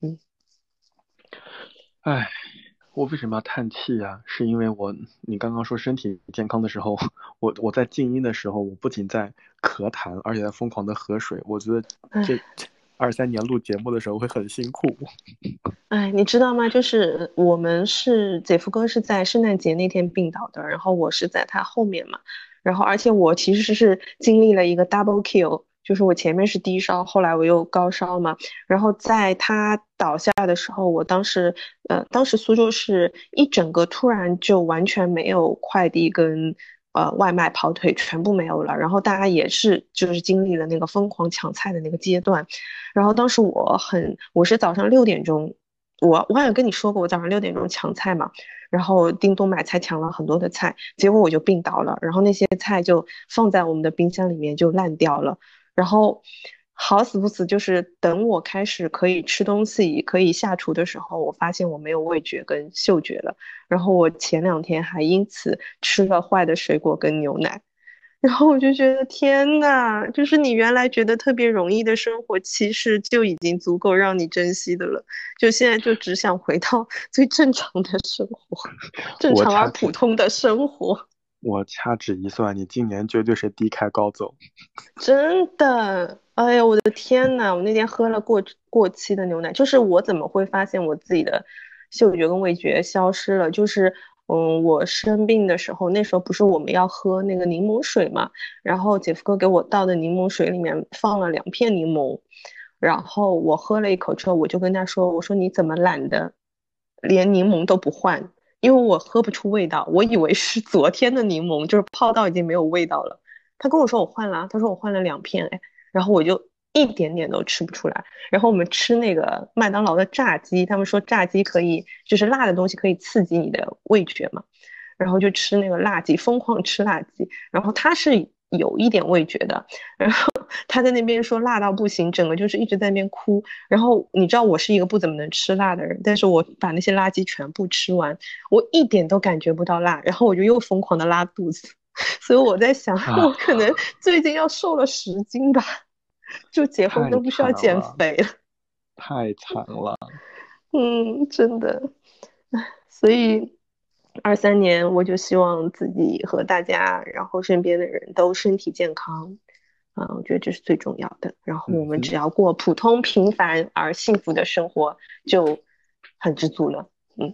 我为什么要叹气呀？是因为你刚刚说身体健康的时候，我在静音的时候，我不仅在咳痰，而且在疯狂的喝水。我觉得这23年录节目的时候会很辛苦。 你知道吗？就是姐夫哥是在圣诞节那天病倒的，然后我是在他后面嘛，然后而且我其实是经历了一个 double kill，就是我前面是低烧，后来我又高烧嘛，然后在他倒下的时候，当时苏州市一整个突然就完全没有快递跟外卖跑腿，全部没有了，然后大家也是就是经历了那个疯狂抢菜的那个阶段，然后当时我是早上6点钟。我好像跟你说过，我早上6点钟抢菜嘛，然后叮咚买菜抢了很多的菜，结果我就病倒了，然后那些菜就放在我们的冰箱里面就烂掉了，然后好死不死就是等我开始可以吃东西、可以下厨的时候，我发现我没有味觉跟嗅觉了，然后我前2天还因此吃了坏的水果跟牛奶。然后我就觉得天呐，就是你原来觉得特别容易的生活，其实就已经足够让你珍惜的了。就现在就只想回到最正常的生活，正常而普通的生活。 我掐指一算，你今年绝对是低开高走。 真的，哎呀，我的天呐，我那天喝了过期的牛奶，就是我怎么会发现我自己的嗅觉跟味觉消失了？就是我生病的时候，那时候不是我们要喝那个柠檬水嘛，然后姐夫哥给我倒的柠檬水里面放了2片柠檬，然后我喝了一口之后，我就跟他说，我说你怎么懒得连柠檬都不换？因为我喝不出味道，我以为是昨天的柠檬，就是泡到已经没有味道了。他跟我说我换了，他说我换了2片，哎，然后我就一点点都吃不出来。然后我们吃那个麦当劳的炸鸡，他们说炸鸡可以，就是辣的东西可以刺激你的味觉嘛，然后就吃那个辣鸡，疯狂吃辣鸡。然后他是有一点味觉的，然后他在那边说辣到不行，整个就是一直在那边哭。然后你知道我是一个不怎么能吃辣的人，但是我把那些垃圾全部吃完，我一点都感觉不到辣，然后我就又疯狂的拉肚子。所以我在想，我可能最近要瘦了10斤吧，就结婚都不需要减肥了， 太惨了。 真的。所以23年我就希望自己和大家，然后身边的人都身体健康，我觉得这是最重要的。然后我们只要过普通平凡而幸福的生活，就很知足了。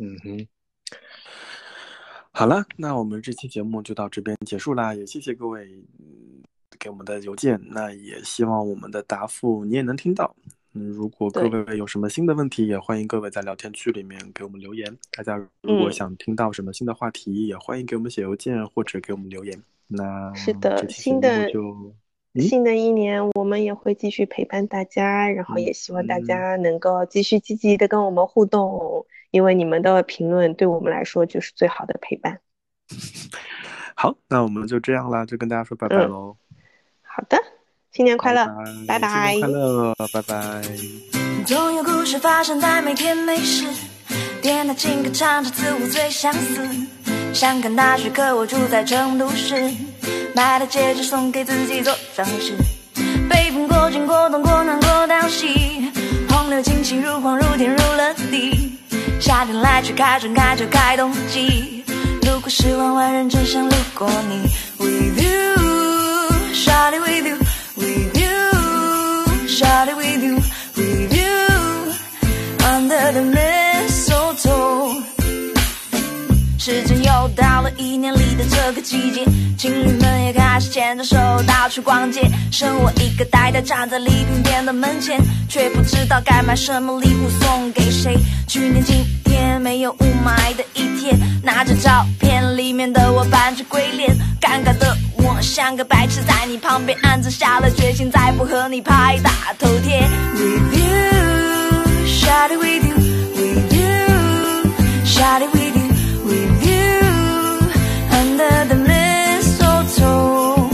好了，那我们这期节目就到这边结束啦，也谢谢各位给我们的邮件，那也希望我们的答复你也能听到。如果各位有什么新的问题，也欢迎各位在聊天区里面给我们留言。大家如果想听到什么新的话题，也欢迎给我们写邮件或者给我们留言。那是的，新的一年我们也会继续陪伴大家，然后也希望大家能够继续积极的跟我们互动，因为你们的评论对我们来说就是最好的陪伴。 好，那我们就这样啦，就跟大家说拜拜咯。 好的，新年快乐，拜拜。 新年快乐，拜拜。 总有故事发生在每天每时，电台情歌唱着自我最相似。上看大学，可我住在成都市，买了戒指送给自己做装饰。北风过境过冬过南过到西，洪流惊起如狂如天入了地。夏天来去开春开就开冬季，路过10万万人真想路过你。With you, shawty with you, with you, shawty with you, with you, under the mistletoe。时间又到了1年里的这个季节，情侣们也开始牵着手到处逛街，剩我一个呆呆站在礼品店的门前，却不知道该买什么礼物送给谁。去年今天没有雾霾的一天，拿着照片里面的我扮着鬼脸，尴尬的我像个白痴在你旁边，暗自下了决心再不和你拍大头贴。 With you, shawty with you, with you, shawty with you, with you, under the mistletoe.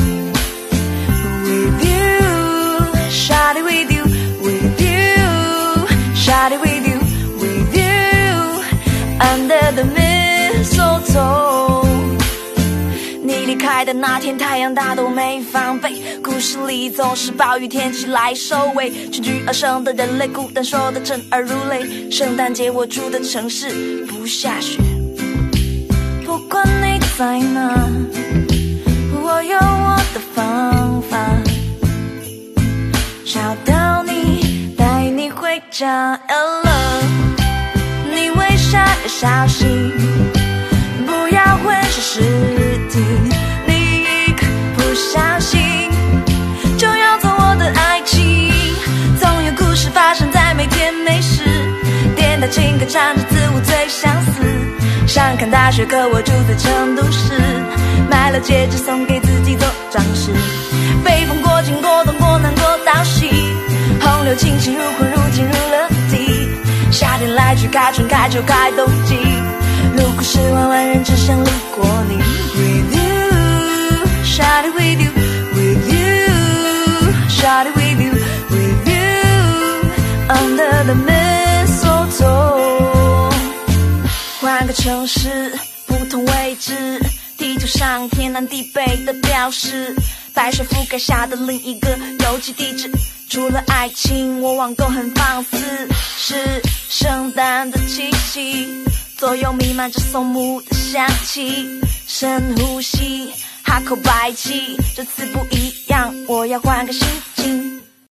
With you, shawty with you, with you, shawty with you, with you, under the mistletoe。 你离开的那天太阳大都没防备，故事里总是暴雨天气来收尾，群居而生的人类孤单说的震耳如雷。圣诞节我住的城市不下雪，不管你在哪，我有我的方法，找到你带你回家。 Hello， 你微笑要小心，不要混淆视听，你一个不小心就要走我的爱情。总有故事发生在每天每时，电台情歌唱着自我最相似。上看大学，可我住在成都市，买了戒指送给自己做装饰。北风过境过冬过南过到西，洪流清醒如狂如天入了地。夏天来去开春开秋开冬季，路过10万万人只想路过你。 With you, shawty with you, with you, shawty with you, with you, under the mistletoe。 换个城市，不同位置，地球上天南地北的标识，白雪覆盖下的另一个邮寄地址。除了爱情，我网购很放肆，是圣诞的气息，左右弥漫着松木的香气。深呼吸，哈口白气，这次不一样，我要换个心情。